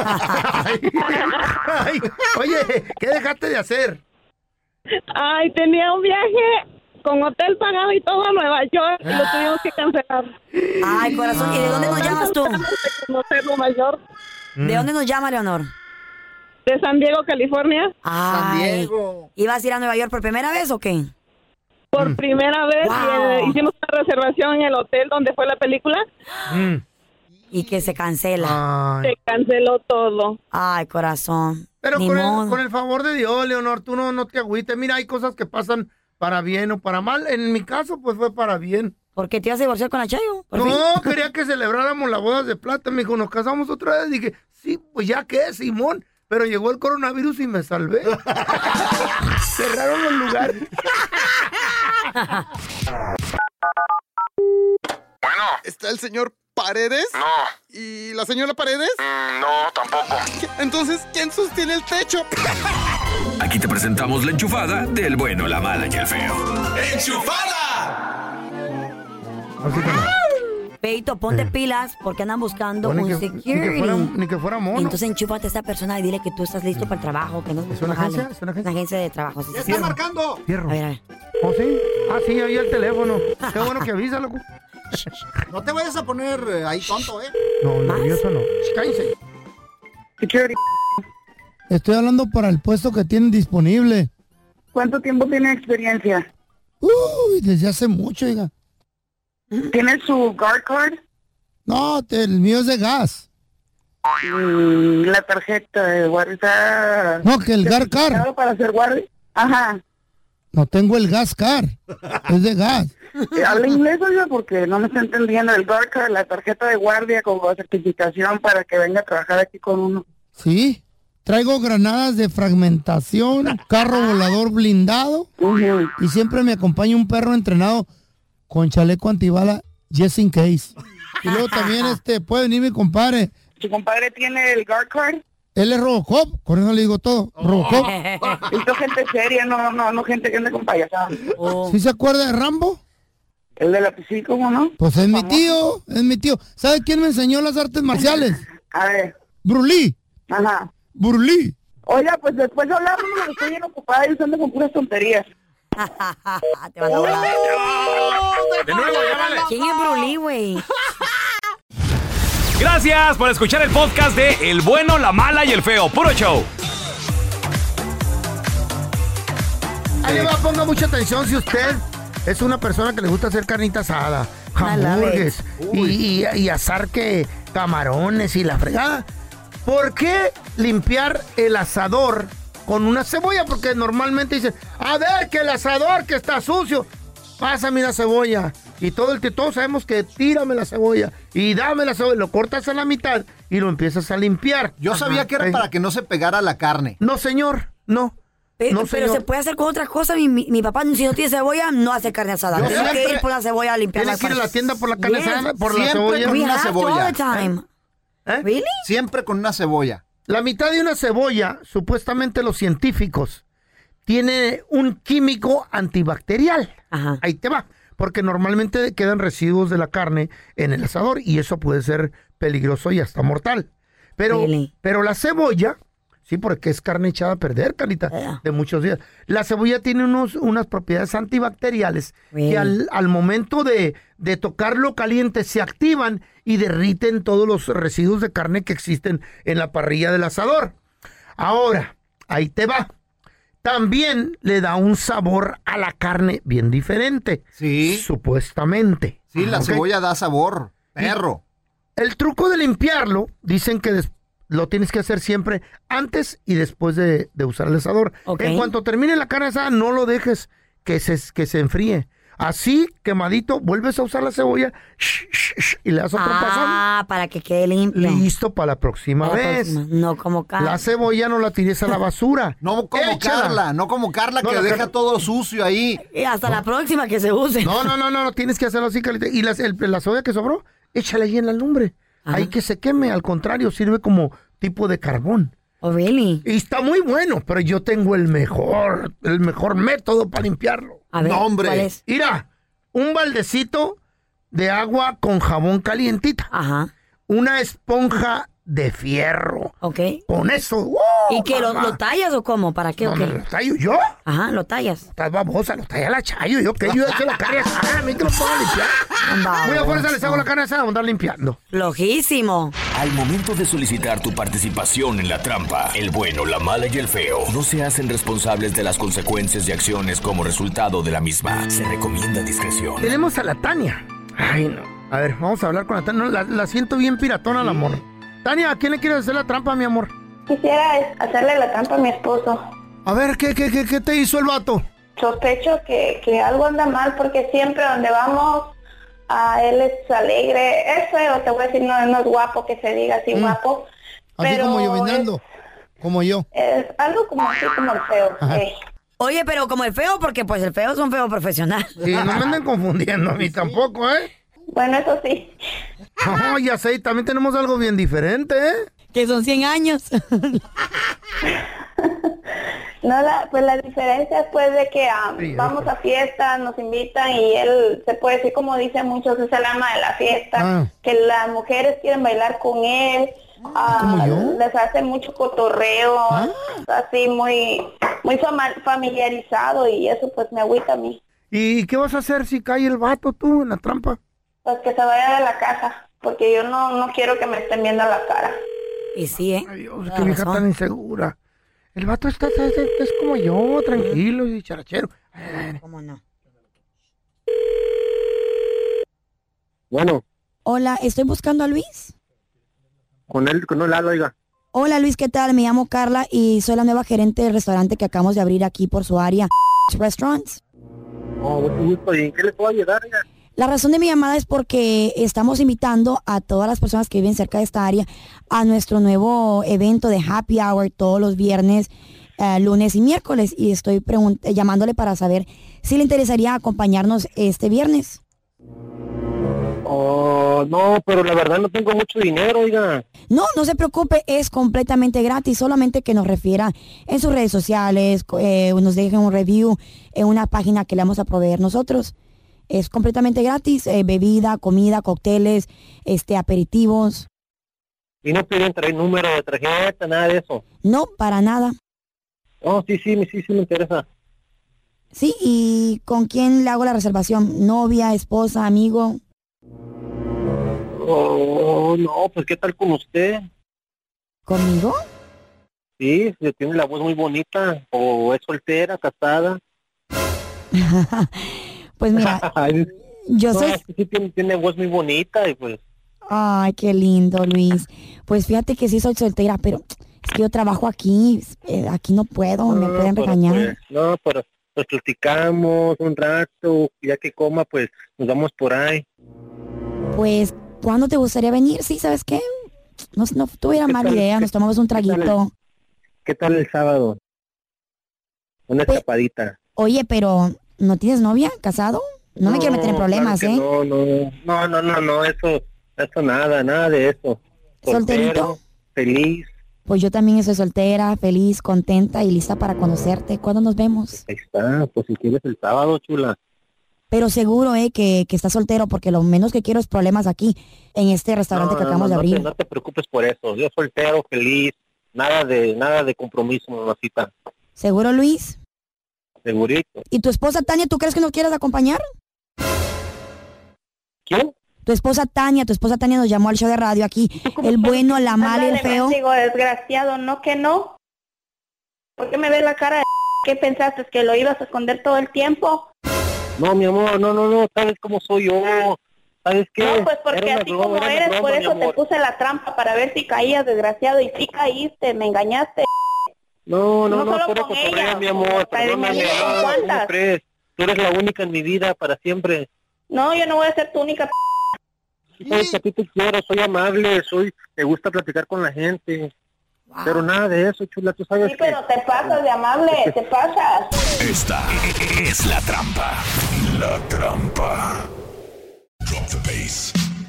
Ay, oye, ¿qué dejaste de hacer? Ay, tenía un viaje con hotel pagado y todo a Nueva York y lo tuvimos que cancelar. Ay, corazón, ¿y de dónde nos llamas tú? Conocer Nueva York. ¿De dónde nos llama, Leonor? De San Diego, California. Ay, San Diego. ¿Ibas a ir a Nueva York por primera vez o qué? Por primera vez Wow. hicimos una reservación en el hotel donde fue la película. Y que se cancela. Se canceló todo. Ay, corazón. Pero Ni modo. con el favor de Dios, Leonor, tú no te agüites. Mira, hay cosas que pasan para bien o para mal. En mi caso, pues fue para bien. ¿Por qué te ibas a divorciar con la Chayo? No, quería que celebráramos las bodas de plata. Me dijo, nos casamos otra vez. Dije, sí, pues ya que, Simón. Pero llegó el coronavirus y me salvé. Cerraron los lugares. Bueno. ¿Está el señor Paredes? No. ¿Y la señora Paredes? No, tampoco. Entonces, ¿quién sostiene el techo? Aquí te presentamos la enchufada del bueno, la mala y el feo. ¡Enchufada! Peito, ponte pilas porque andan buscando un security. Ni que fuera mono. Entonces enchúfate a esta persona y dile que tú estás listo para el trabajo. Que no ¿Es una agencia? ¿Es una agencia de trabajo. Sí, ¡Ya está marcando! Fierro. A ver. ¿Oh, sí? Ah, sí, oí el teléfono. Qué bueno que avisa, loco. No te vayas a poner ahí tonto, ¿eh? No, nervioso no. Cállense. Estoy hablando para el puesto que tienen disponible. ¿Cuánto tiempo tiene experiencia? Uy, desde hace mucho, oiga. ¿Tiene su guard card? No, el mío es de gas. La tarjeta de guardia. No, que el guard card. ¿Para hacer guardia? Ajá. No tengo el gas card. Es de gas. ¿Habla inglés, oiga? Porque no me está entendiendo. El guard card, la tarjeta de guardia con certificación para que venga a trabajar aquí con uno. Sí. Traigo granadas de fragmentación, carro volador blindado y siempre me acompaña un perro entrenado con chaleco antibala just in case. Y luego también puede venir mi compadre. ¿Su compadre tiene el guard card? Él es Robocop, con eso le digo todo. Robocop. Esto gente seria, no gente que anda con payasadas. ¿Sí se acuerda de Rambo? El de la piscina, ¿cómo no? Pues es mi tío. ¿Sabe quién me enseñó las artes marciales? A ver. Bruce Lee. Ajá. Bruce Lee. Oiga, pues después hablamos, estoy bien ocupada y usando con puras tonterías. Te van a volar. De nuevo, llámale. ¿Quién es Bruce Lee, güey? Gracias por escuchar el podcast de El Bueno, la Mala y el Feo. Puro show. Ahí va, ponga mucha atención si usted es una persona que le gusta hacer carnita asada, hamburgues y asar que camarones y la fregada. ¿Por qué limpiar el asador con una cebolla? Porque normalmente dicen, a ver, que el asador que está sucio, pásame una cebolla. Y todos sabemos que tírame la cebolla y dame la cebolla, lo cortas a la mitad y lo empiezas a limpiar. Yo sabía que era para que no se pegara la carne. No, señor, no. Pero se puede hacer con otras cosas. Mi papá, si no tiene cebolla, no hace carne asada. Tiene que ir por la cebolla a limpiar. Tienes que ir a la tienda por la carne asada, por la cebolla. Con una cebolla. ¿Really? Siempre con una cebolla. La mitad de una cebolla, supuestamente los científicos, tiene un químico antibacterial. Ajá. Ahí te va. Porque normalmente quedan residuos de la carne en el asador y eso puede ser peligroso y hasta mortal. Pero la cebolla, sí, porque es carne echada a perder, Carlita, de muchos días. La cebolla tiene unas propiedades antibacteriales que al momento de tocarlo caliente se activan y derriten todos los residuos de carne que existen en la parrilla del asador. Ahora, ahí te va. También le da un sabor a la carne bien diferente. Sí. Supuestamente. Sí, la cebolla da sabor, perro. El truco de limpiarlo, dicen que lo tienes que hacer siempre antes y después de usar el asador. En cuanto termine la carne asada, no lo dejes que se enfríe. Así, quemadito, vuelves a usar la cebolla y le das otro pasón. Para que quede limpio. Listo para la próxima vez. No como Carla. La cebolla no la tires a la basura. No como Carla, que deja todo sucio ahí. Y hasta la próxima que se use. No, tienes que hacerlo así, Carlita. Y la cebolla que sobró, échale ahí en la lumbre. Ahí que se queme, al contrario, sirve como tipo de carbón. Oh, really? Y está muy bueno, pero yo tengo el mejor método para limpiarlo. A ver, hombre. ¿cuál es? Mira, un baldecito de agua con jabón calientita. Ajá. Una esponja de fierro. Ok. Con eso. ¿Y que lo tallas o cómo? ¿Para qué? No, ¿lo tallo yo? Ajá, lo tallas. Estás babosa, lo talla la Chayo. Yo que yo hecho la carne asada, a mí que lo puedo limpiar. Voy a fuerza, les hago la carne asada, voy a andar limpiando. Flojísimo. Al momento de solicitar tu participación en la trampa, el bueno, la mala y el feo no se hacen responsables de las consecuencias y acciones como resultado de la misma. Se recomienda discreción. Tenemos a la Tania. Ay, no. A ver, vamos a hablar con la Tania. No, la siento bien piratona, el amor. Tania, ¿a quién le quieres hacer la trampa, mi amor? Quisiera hacerle la trampa a mi esposo. A ver, ¿qué te hizo el vato? Sospecho que algo anda mal porque siempre donde vamos, él es alegre. Es feo, te voy a decir, no es guapo que se diga así guapo. Así pero como yo vendiendo, como yo. Es algo como así como el feo. Oye, pero como el feo, porque pues el feo es un feo profesional. Sí, no me anden confundiendo a mí tampoco, ¿eh? Bueno, eso sí. No, ya sé, también tenemos algo bien diferente, ¿eh? Que son 100 años. No, pues la diferencia es pues de que vamos a fiestas, nos invitan y él, se puede decir como dicen muchos, es el ama de la fiesta, que las mujeres quieren bailar con él, les hace mucho cotorreo, así muy familiarizado y eso pues me agüita a mí. ¿Y qué vas a hacer si cae el vato tú en la trampa? Pues que se vaya de la casa, porque yo no quiero que me estén viendo la cara. Y sí, ¿eh? Ay, Dios, qué vieja tan insegura. El vato es como yo, tranquilo y charachero. ¿Cómo no? Bueno. Hola, estoy buscando a Luis. Con él hablo, oiga. Hola Luis, ¿qué tal? Me llamo Carla y soy la nueva gerente del restaurante que acabamos de abrir aquí por su área, Restaurants. Oh, mucho gusto. ¿Y en qué le puedo ayudar, oiga? La razón de mi llamada es porque estamos invitando a todas las personas que viven cerca de esta área a nuestro nuevo evento de Happy Hour todos los viernes, lunes y miércoles. Y estoy llamándole para saber si le interesaría acompañarnos este viernes. Oh, no, pero la verdad no tengo mucho dinero, oiga. No se preocupe, es completamente gratis, solamente que nos refiera en sus redes sociales, nos dejen un review en una página que le vamos a proveer nosotros. Es completamente gratis, bebida, comida, cócteles, aperitivos. ¿Y no piden traer número de tarjeta, nada de eso? No, para nada. Oh, sí me interesa. Sí, ¿y con quién le hago la reservación? ¿Novia, esposa, amigo? Oh, no, pues ¿qué tal con usted? ¿Conmigo? Sí, tiene la voz muy bonita, o es soltera, casada. Pues mira, yo soy... Sí, tiene voz muy bonita y pues... Ay, qué lindo, Luis. Pues fíjate que sí soy soltera, pero es que yo trabajo aquí, aquí no puedo, me pueden regañar. Pero pues platicamos un rato, ya que coma, pues nos vamos por ahí. Pues, ¿cuándo te gustaría venir? Sí, ¿sabes qué? No tuviera mala idea, nos tomamos un traguito. ¿Qué tal el sábado? Una escapadita. Oye, pero... ¿No tienes novia? ¿Casado? No me quiero meter en problemas, claro No, eso nada de eso. ¿Solterito? Feliz. Pues yo también soy soltera, feliz, contenta y lista para conocerte. ¿Cuándo nos vemos? Ahí está, pues si quieres el sábado, chula. Pero seguro, que estás soltero, porque lo menos que quiero es problemas aquí, en este restaurante que acabamos de abrir. No te preocupes por eso, yo soltero, feliz, nada de compromiso, mamacita. ¿Seguro, Luis? Segurito. ¿Y tu esposa Tania, tú crees que nos quieres acompañar? ¿Quién? Tu esposa Tania nos llamó al show de radio aquí. El bueno, la mala y el feo. Digo, desgraciado, ¿no que no? ¿Por qué me ves la cara de qué pensaste? ¿Que lo ibas a esconder todo el tiempo? No, mi amor, no, ¿sabes cómo soy yo? ¿Sabes qué? No, pues porque así como eres, por eso te puse la trampa para ver si caías, desgraciado, y sí caíste, me engañaste. No, por eso ella, mi amor, perdóname, ¿cómo crees? Tú eres la única en mi vida para siempre. No, yo no voy a ser tu única a ti te quiero, soy amable, me gusta platicar con la gente. Wow. Pero nada de eso, chula, tú sabes. Sí, pero te pasas de amable, te pasas. Esta es la trampa. La trampa. Drop the bass.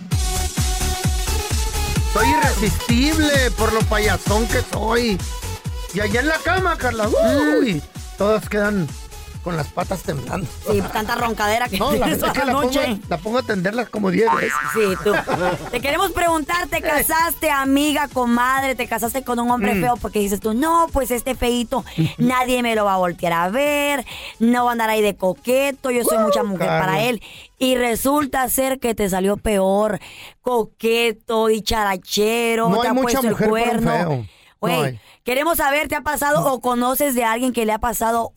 Soy irresistible por lo payasón que soy. Y allá en la cama, Carla, uy, todas quedan con las patas temblando. Sí, tanta roncadera que tienes la noche. La pongo a atenderlas como 10 veces. Sí, tú. Te queremos preguntar, ¿te casaste, amiga, comadre? ¿Te casaste con un hombre feo? Porque dices tú, no, pues este feíto, nadie me lo va a voltear a ver, no va a andar ahí de coqueto, yo soy mucha mujer para él. Y resulta ser que te salió peor, coqueto y charachero, no te hay ha mucha puesto mujer el cuerno. Por un feo. Güey, queremos saber, ¿te ha pasado o conoces de alguien que le ha pasado?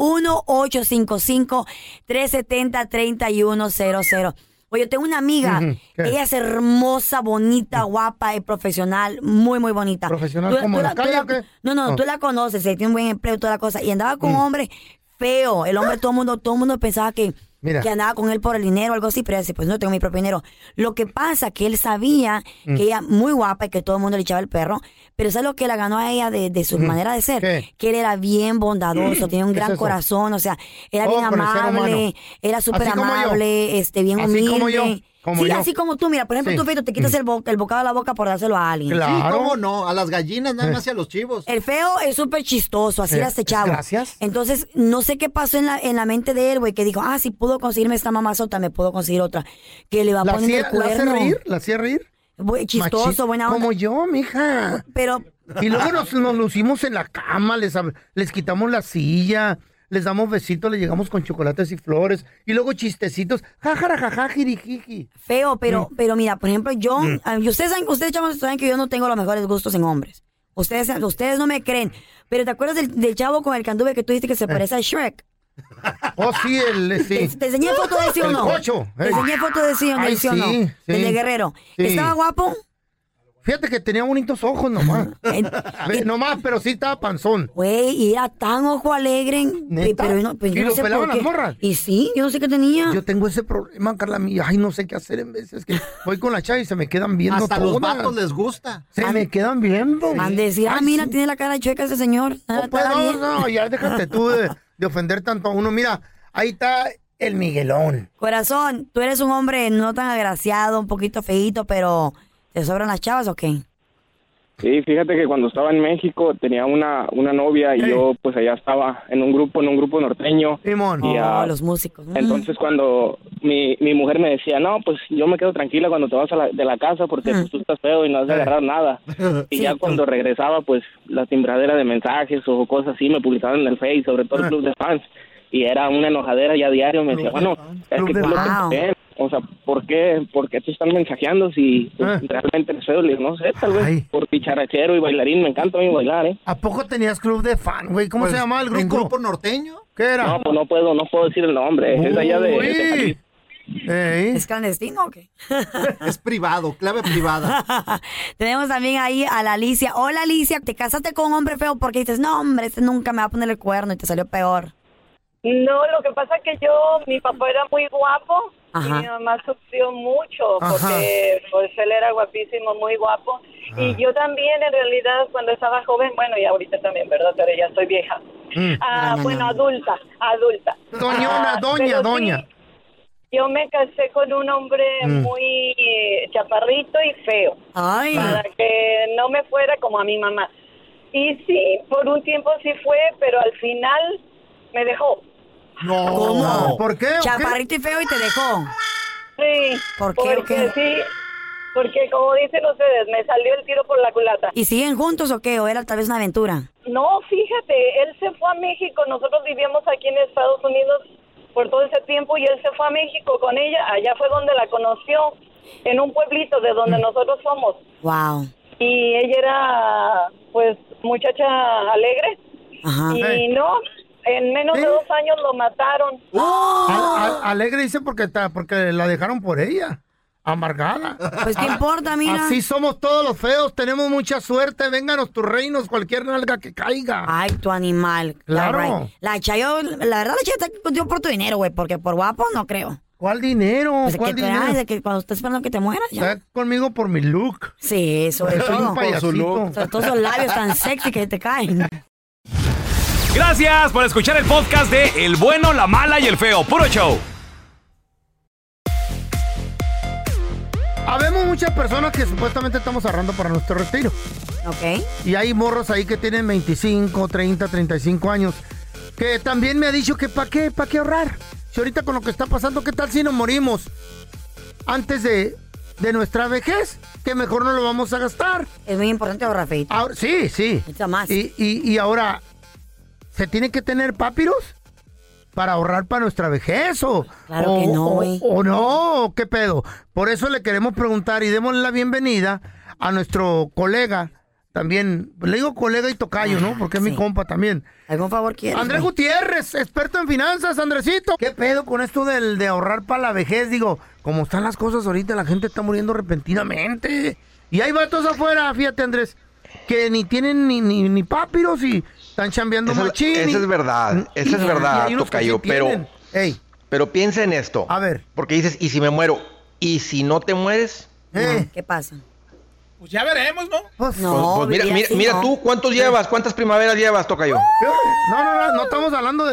1-855-370-3100. Oye, yo tengo una amiga, ella es hermosa, bonita, guapa y profesional, muy, muy bonita. ¿Profesional como la calle o qué? No, tú la conoces, tiene un buen empleo y toda la cosa. Y andaba con un hombre feo, el hombre, todo el mundo pensaba que andaba con él por el dinero o algo así, pero ella dice, pues no tengo mi propio dinero. Lo que pasa que él sabía que ella muy guapa y que todo el mundo le echaba el perro, pero ¿sabes lo que la ganó a ella de su manera de ser? ¿Qué? Que él era bien bondadoso, tenía un gran corazón, o sea, era bien amable, era súper amable, bien humilde. Así como yo. Así como tú, mira, por ejemplo, tú, Feito, te quitas el bocado de la boca por dárselo a alguien. Claro. Sí, ¿cómo no? A las gallinas, nada más y a los chivos. El feo es súper chistoso, así era este chavo. Gracias. Entonces, no sé qué pasó en la mente de él, güey, que dijo, si puedo conseguirme esta mamazota, me puedo conseguir otra. Que le va a poner el cuerno. ¿La hacía reír? Chistoso, buena onda. Como yo, mija. Pero... Y luego nos lucimos en la cama, les quitamos la silla, les damos besitos, les llegamos con chocolates y flores, y luego chistecitos, jajarajaja, jirijiji. Feo, pero mira, por ejemplo, ustedes chavos saben que yo no tengo los mejores gustos en hombres. Ustedes no me creen, pero ¿te acuerdas del chavo con el que anduve que tú dijiste que se parece a Shrek? Oh, sí, sí. ¿Te enseñé foto de sí o no? El cocho. ¿Te enseñé foto de sí o no? Ay, ¿Sí o no? sí. El de Guerrero. Sí. ¿Estaba guapo? Fíjate que tenía bonitos ojos nomás. Nomás, pero sí estaba panzón. Güey, y era tan ojo alegre. ¿Neta? Pero yo ¿Y lo pelaban las morras? Y sí, yo no sé qué tenía. Yo tengo ese problema, Carla mía. Ay, no sé qué hacer en veces. Que voy con la chava y se me quedan viendo hasta todas. los vatos les gusta. Se me quedan viendo. Van a decir, mira, tiene la cara chueca ese señor. No, ya déjate tú de ofender tanto a uno. Mira, ahí está el Miguelón. Corazón, tú eres un hombre no tan agraciado, un poquito feíto, pero ¿te sobran las chavas o qué? Sí, fíjate que cuando estaba en México tenía una novia y yo pues allá estaba en un grupo norteño. Simón. Y, los músicos. Entonces cuando mi mujer me decía, no, pues yo me quedo tranquila cuando te vas de la casa porque pues, tú estás feo y no has de agarrar nada. Y Sí, ya cuando regresaba pues la timbradera de mensajes o cosas así me publicaban en el Face, sobre todo el club de fans. Y era una enojadera ya diario, me decía, bueno, es que tú lo tienes bien. O sea, ¿por qué te están mensajeando si pues, realmente eres feo? Le digo, no sé, tal vez por picharachero y bailarín, me encanta a mí bailar, ¿eh? ¿A poco tenías club de fan, güey? ¿Cómo se llamaba el grupo? ¿En grupo norteño? ¿Qué era? No, pues no puedo decir el nombre, es allá de ¿Es clandestino o qué? Es privado, clave privada. Tenemos también ahí a la Alicia. Hola, Alicia, ¿te casaste con un hombre feo porque dices, no, hombre, este nunca me va a poner el cuerno y te salió peor? No, lo que pasa es que mi papá era muy guapo. Ajá. Y mi mamá sufrió mucho porque pues él era guapísimo, muy guapo. Y yo también, en realidad, cuando estaba joven, bueno, y ahorita también, ¿verdad? Pero ya soy vieja. Adulta. Doña. Sí, yo me casé con un hombre muy chaparrito y feo. Ay. Para que no me fuera como a mi mamá. Y sí, por un tiempo sí fue, pero al final me dejó. No. ¿Cómo? ¿Por qué? Chaparrito y feo y te dejó. Sí. ¿Por qué? Porque sí, porque como dicen ustedes, me salió el tiro por la culata. ¿Y siguen juntos o qué? ¿O era tal vez una aventura? No, fíjate, él se fue a México. Nosotros vivíamos aquí en Estados Unidos por todo ese tiempo y él se fue a México con ella. Allá fue donde la conoció, en un pueblito de donde nosotros somos. Wow. Y ella era, pues, muchacha alegre. Ajá. Y no... En menos de 2 años lo mataron. Alegre dice porque la dejaron por ella. Amargada. Pues qué importa, mira. Así somos todos los feos, tenemos mucha suerte. Vénganos tus reinos, cualquier nalga que caiga. Ay, tu animal. Claro. La Chayo, la verdad, la Chayo está contigo por tu dinero, güey, porque por guapo no creo. ¿Cuál dinero? Pues ¿Cuál dinero? De que cuando estás esperando que te mueras ya. Está conmigo por mi look. Sí, sobre todo. Soy un payasito. Sobre todo esos labios tan sexy que te caen. Gracias por escuchar el podcast de El Bueno, la Mala y el Feo. Puro show. Habemos muchas personas que supuestamente estamos ahorrando para nuestro retiro. Ok. Y hay morros ahí que tienen 25, 30, 35 años. Que también me ha dicho que ¿para qué ahorrar? Si ahorita con lo que está pasando, ¿qué tal si nos morimos antes de nuestra vejez? Que mejor no lo vamos a gastar. Es muy importante ahorrar, feito. Sí. Más. Y ahora, ¿se tiene que tener papiros para ahorrar para nuestra vejez? Claro que no, güey. ¿O no? ¿Qué pedo? Por eso le queremos preguntar y démosle la bienvenida a nuestro colega, también, le digo colega y tocayo, ¿no? Porque es mi compa también. ¿Algún favor quieres? Andrés Gutiérrez, experto en finanzas, Andresito. ¿Qué pedo con esto de ahorrar para la vejez? Digo, como están las cosas ahorita, la gente está muriendo repentinamente. Y hay vatos afuera, fíjate, Andrés, que ni tienen ni papiros y están chambeando machín. Esa es verdad, tocayo, pero piensa en esto. A ver. Porque dices, ¿y si me muero? ¿Y si no te mueres? ¿Qué pasa? Pues ya veremos, ¿no? Pues mira tú, ¿cuántos llevas? ¿Cuántas primaveras llevas, tocayo? No estamos hablando de eso.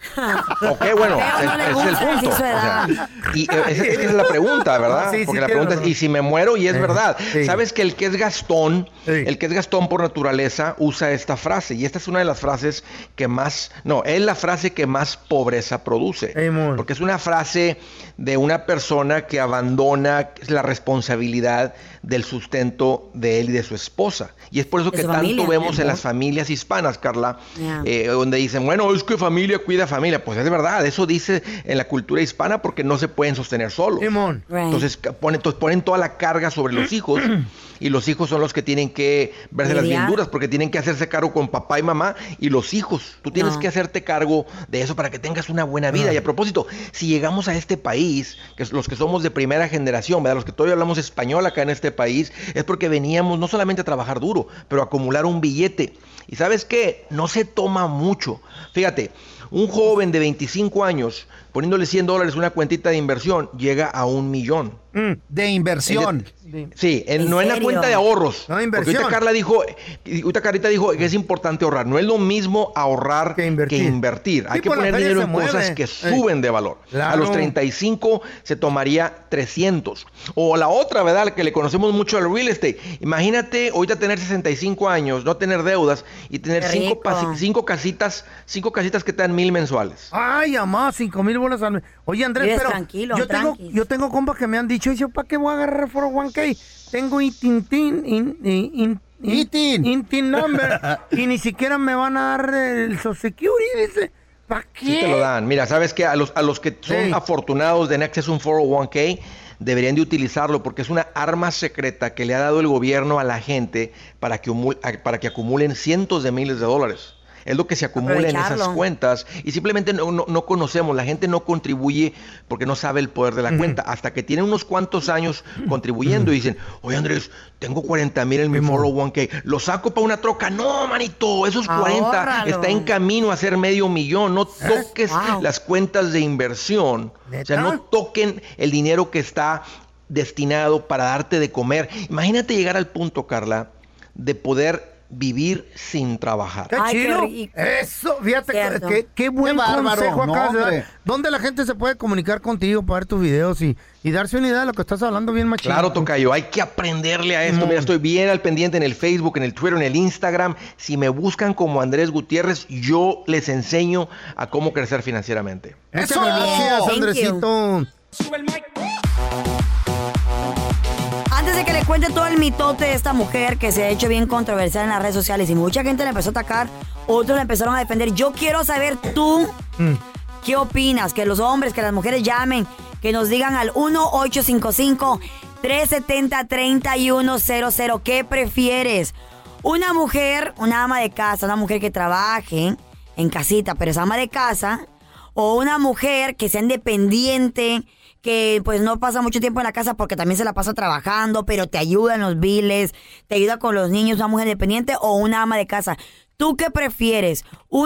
Ok, bueno, es el punto. O sea, y esa es la pregunta, ¿verdad? Sí, porque la pregunta es, ¿y si me muero? Y es verdad. Sí. ¿Sabes que el que es Gastón por naturaleza usa esta frase? Y esta es una de las frases que más, es la frase que más pobreza produce. Porque es una frase de una persona que abandona la responsabilidad del sustento de él y de su esposa. Y es por eso que tanto vemos en las familias hispanas, Carla, donde dicen, bueno, es que familia cuida familia. Pues es verdad, eso dice en la cultura hispana porque no se pueden sostener solos. Entonces ponen toda la carga sobre los hijos y los hijos son los que tienen que verse las bien duras porque tienen que hacerse cargo con papá y mamá y los hijos. Tú tienes que hacerte cargo de eso para que tengas una buena vida. Y a propósito, si llegamos a este país, que los que somos de primera generación, ¿verdad? Los que todavía hablamos español acá en este país, es porque veníamos no solamente a trabajar duro, pero a acumular un billete. Y ¿sabes qué? No se toma mucho. Fíjate, un joven de 25 años, poniéndole $100 una cuentita de inversión, llega a $1 millón. De inversión. Sí, no en la cuenta de ahorros. No, inversión. Porque ahorita Carlita dijo que es importante ahorrar. No es lo mismo ahorrar que invertir. Hay que poner dinero en cosas que suben de valor. Claro. A los 35 se tomaría 300. O la otra, ¿verdad? La que le conocemos mucho al real estate. Imagínate ahorita tener 65 años, no tener deudas y tener cinco casitas que te dan $1,000 mensuales. Ay, amá, $5,000 al mes. Oye, Andrés, pero tranquilo, yo tengo compas que me han dicho, ¿para qué voy a agarrar 401k? Tengo ITIN number y ni siquiera me van a dar el Social Security, dice. ¿Para qué? Sí te lo dan. Mira, ¿sabes qué? A los que son afortunados de tener acceso a un 401k, deberían de utilizarlo porque es una arma secreta que le ha dado el gobierno a la gente para que acumulen cientos de miles de dólares. Es lo que se acumula en esas cuentas y simplemente no conocemos, la gente no contribuye porque no sabe el poder de la cuenta, hasta que tiene unos cuantos años contribuyendo y dicen, oye Andrés, tengo 40,000 en mi 401k, ¿lo saco para una troca? No, manito, esos 40 está en camino a ser $500,000, no toques las cuentas de inversión, o sea, no toquen el dinero que está destinado para darte de comer. Imagínate llegar al punto, Carla, de poder vivir sin trabajar. ¡Qué chido! Eso, fíjate, qué buen consejo acá. ¿Dónde la gente se puede comunicar contigo para ver tus videos y darse una idea de lo que estás hablando bien machín? Claro, tocayo, hay que aprenderle a esto. Mira, estoy bien al pendiente en el Facebook, en el Twitter, en el Instagram. Si me buscan como Andrés Gutiérrez, yo les enseño a cómo crecer financieramente. ¡Eso! Gracias, Andresito. Sube el mic. Antes de que le cuente todo el mitote de esta mujer que se ha hecho bien controversial en las redes sociales y mucha gente le empezó a atacar, otros le empezaron a defender. Yo quiero saber tú, ¿qué opinas? Que los hombres, que las mujeres llamen, que nos digan al 1-855-370-3100. ¿Qué prefieres? Una mujer, una ama de casa, una mujer que trabaje en casita, pero es ama de casa, o una mujer que sea independiente, que pues no pasa mucho tiempo en la casa porque también se la pasa trabajando, pero te ayuda en los biles, te ayuda con los niños, una mujer independiente o una ama de casa. ¿Tú qué prefieres?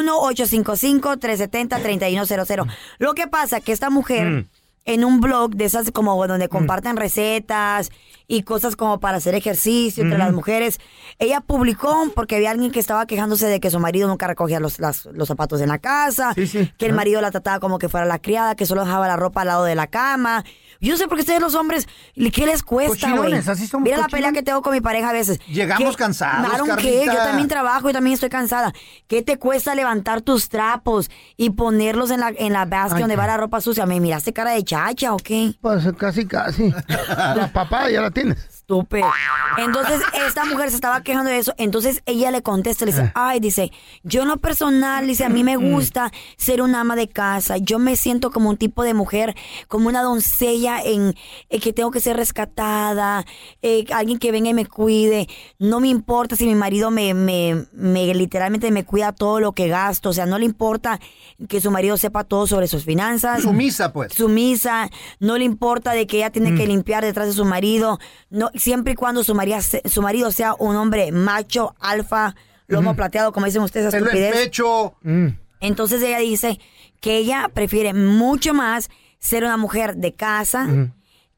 1-855-370-3100. Lo que pasa es que esta mujer en un blog de esas como donde comparten recetas y cosas como para hacer ejercicio entre las mujeres, ella publicó porque había alguien que estaba quejándose de que su marido nunca recogía los zapatos en la casa, que el marido la trataba como que fuera la criada, que solo dejaba la ropa al lado de la cama. Yo no sé por qué ustedes los hombres, ¿qué les cuesta, güey? Mira la pelea que tengo con mi pareja a veces. Llegamos cansados, ¿qué? Yo también trabajo y también estoy cansada. ¿Qué te cuesta levantar tus trapos y ponerlos en la basket donde va la ropa sucia? ¿Me miraste cara de chacha o qué? Pues casi. La papada ya la tienes. Estúpido. Entonces, esta mujer se estaba quejando de eso. Entonces, ella le contesta, le dice, dice, yo en lo personal, dice, a mí me gusta ser una ama de casa. Yo me siento como un tipo de mujer, como una doncella en que tengo que ser rescatada, alguien que venga y me cuide. No me importa si mi marido me literalmente me cuida todo lo que gasto. O sea, no le importa que su marido sepa todo sobre sus finanzas. Sumisa, pues. Sumisa. No le importa de que ella tiene que limpiar detrás de su marido. No, siempre y cuando su marido sea un hombre macho, alfa, lomo plateado, como dicen ustedes, esa estupidez. El pecho. Entonces ella dice que ella prefiere mucho más ser una mujer de casa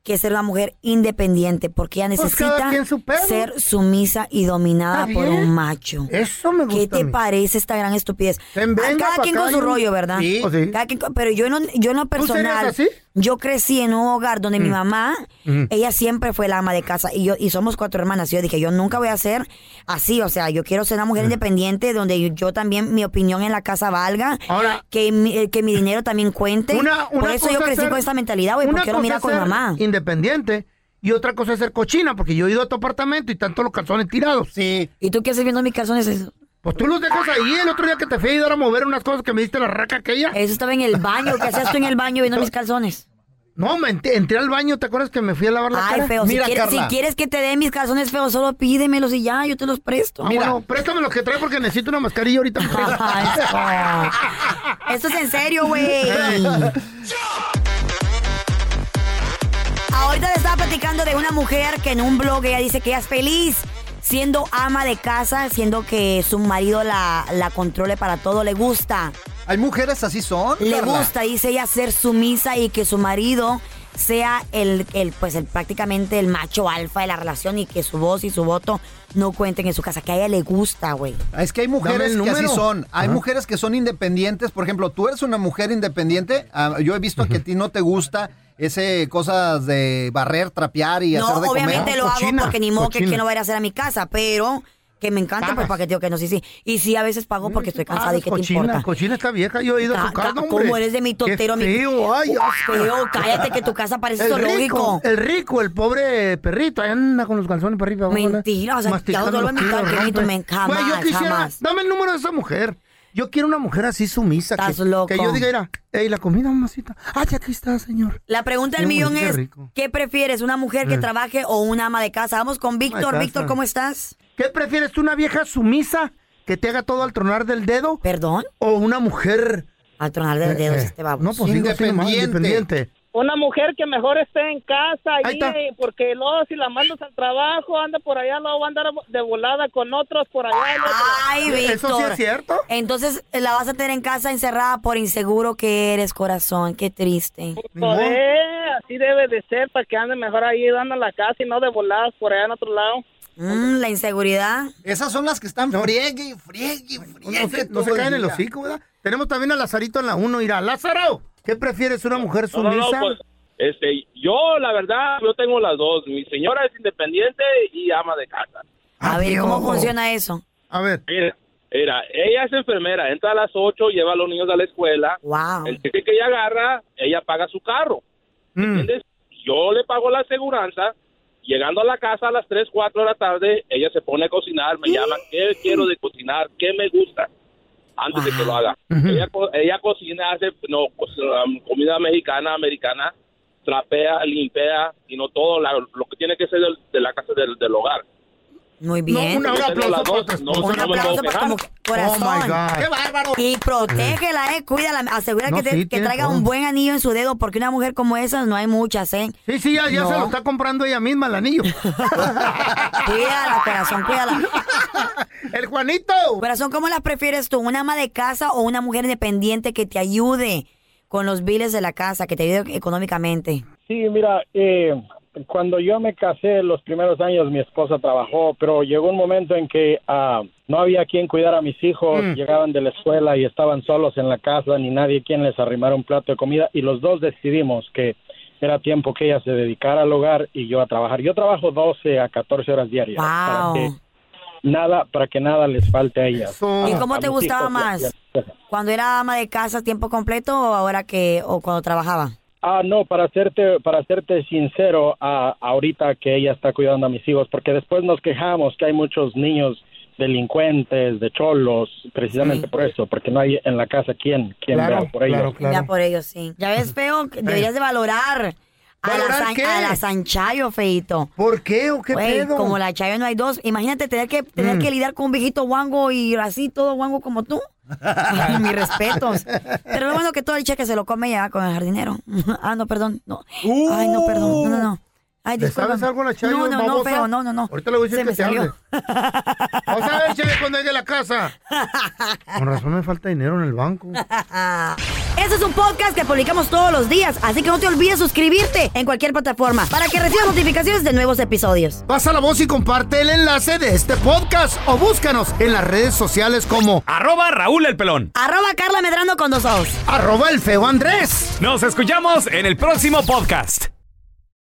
que ser una mujer independiente, porque ella necesita ser sumisa y dominada por un macho. Eso me gusta. ¿Qué te parece esta gran estupidez? Cada quien con su rollo, ¿verdad? Sí. Pero yo en lo personal, yo crecí en un hogar donde mi mamá, ella siempre fue la ama de casa y somos 4 hermanas. Y yo dije, yo nunca voy a ser así, o sea, yo quiero ser una mujer independiente donde yo también, mi opinión en la casa valga, que mi dinero también cuente. Por eso yo crecí con esta mentalidad, güey, porque no mira con mi mamá. Independiente y otra cosa es ser cochina, porque yo he ido a tu apartamento y tanto los calzones tirados. Sí. ¿Y tú qué haces viendo mis calzones? Pues tú los dejas ahí. El otro día que te fui a ayudar a mover unas cosas que me diste la raca aquella. Eso estaba en el baño. ¿Qué hacías tú en el baño viendo mis calzones? No, entré al baño. ¿Te acuerdas que me fui a lavar la cara? Ay, feo. Mira, si quieres que te dé mis calzones feos, solo pídemelos y ya, yo te los presto. Mira, bueno, préstame los que trae porque necesito una mascarilla ahorita. Esto es en serio, güey. Ahorita te estaba platicando de una mujer que en un blog ella dice que ella es feliz siendo ama de casa, siendo que su marido la controle para todo, le gusta. ¿Hay mujeres así son? Le gusta, dice ella, ser sumisa y que su marido sea prácticamente el macho alfa de la relación y que su voz y su voto no cuenten en su casa, que a ella le gusta, güey. Es que hay mujeres que así son. Hay mujeres que son independientes. Por ejemplo, tú eres una mujer independiente. Yo he visto que a ti no te gusta cosas de barrer, trapear y hacer de comer. No, obviamente lo hago porque ni modo que no vaya a hacer a mi casa, pero que me encanta, pues para que digo que no, sí. Y sí, a veces pago porque estoy cansada y que te importa. Cochina está vieja, yo he ido a su casa, hombre. ¿Cómo eres de mi totero? Qué feo, feo, cállate que tu casa parece zoológico. El pobre perrito, ahí anda con los calzones para arriba. Mentira, o sea, ya no vuelvo a mi perrito, jamás. Dame el número de esa mujer. Yo quiero una mujer así sumisa. Estás loco. Que yo diga, mira, la comida, mamacita. Ya aquí está, señor. La pregunta del millón es, ¿qué prefieres, una mujer que trabaje o una ama de casa? Vamos con Víctor. Víctor, ¿cómo estás? ¿Qué prefieres, tú, una vieja sumisa que te haga todo al tronar del dedo? ¿Perdón? ¿O una mujer? Al tronar del dedo, No, pues independiente. Una mujer que mejor esté en casa ahí, porque luego si la mandas al trabajo, anda por allá, luego va a andar de volada con otros por allá. Ay, Víctor. ¿Eso sí es cierto? Entonces la vas a tener en casa encerrada por inseguro que eres, corazón. Qué triste. Así debe de ser, para que ande mejor ahí dando la casa y no de voladas por allá en otro lado. La inseguridad. Esas son las que están friegue. No se caen en el hocico, ¿verdad? Tenemos también a Lazarito en la 1. Irá, Lázaro, ¿qué prefieres, una mujer sumisa? No, pues, yo, la verdad, yo tengo las dos. Mi señora es independiente y ama de casa. A ver, ¿cómo funciona eso? A ver. Mira, ella es enfermera, entra a las 8, lleva a los niños a la escuela. Wow. El ticket que ella agarra, ella paga su carro. ¿Entiendes? Yo le pago la aseguranza. Llegando a la casa a las 3, 4 de la tarde, ella se pone a cocinar, me llama, ¿qué quiero de cocinar? ¿Qué me gusta? Antes de que lo haga. Ella cocina, hace comida mexicana, americana, trapea, limpia, y no todo lo que tiene que ser de la casa del hogar. Muy bien. Un aplauso para como corazón. Oh my God. ¡Qué bárbaro! Y protégela, cuídala, asegura que traiga un buen anillo en su dedo, porque una mujer como esa no hay muchas, ¿eh? Sí, ya se lo está comprando ella misma el anillo. Cuídala, corazón, cuídala. El Juanito. Corazón, ¿cómo las prefieres tú? ¿Una ama de casa o una mujer independiente que te ayude con los biles de la casa, que te ayude económicamente? Sí, mira, cuando yo me casé, los primeros años mi esposa trabajó, pero llegó un momento en que no había quien cuidar a mis hijos, llegaban de la escuela y estaban solos en la casa, ni nadie quien les arrimara un plato de comida, y los dos decidimos que era tiempo que ella se dedicara al hogar y yo a trabajar. Yo trabajo 12 a 14 horas diarias. Wow. Para que nada les falte a ellas. ¿Y cómo te gustaba más? ¿Cuando era ama de casa a tiempo completo o cuando trabajaba? No, para serte sincero, ahorita que ella está cuidando a mis hijos, porque después nos quejamos que hay muchos niños delincuentes, de cholos, precisamente por eso, porque no hay en la casa quien vea por ellos. Vea por ellos, sí. Ya ves, feo, deberías de valorar a la Sanchayo, feito. ¿Por qué o qué pedo? Como la Chayo no hay dos. Imagínate tener que lidiar con un viejito guango y así todo guango como tú. Mis respetos. Pero lo bueno que todo el cheque se lo come ya con el jardinero. No, perdón. No. Ay, no, perdón. No. Ay, disculpa. ¿Sabes algo la Chayo? No, feo, no. Ahorita le voy a decir que te hable. Vamos a ver, Chayo, cuando llegue a la casa. casa. Con razón me falta dinero en el banco. Este es un podcast que publicamos todos los días, así que no te olvides suscribirte en cualquier plataforma para que recibas notificaciones de nuevos episodios. Pasa la voz y comparte el enlace de este podcast o búscanos en las redes sociales como @Raúl el Pelón, @Carla Medrano con 2 O's, @El Feo Andrés. Nos escuchamos en el próximo podcast.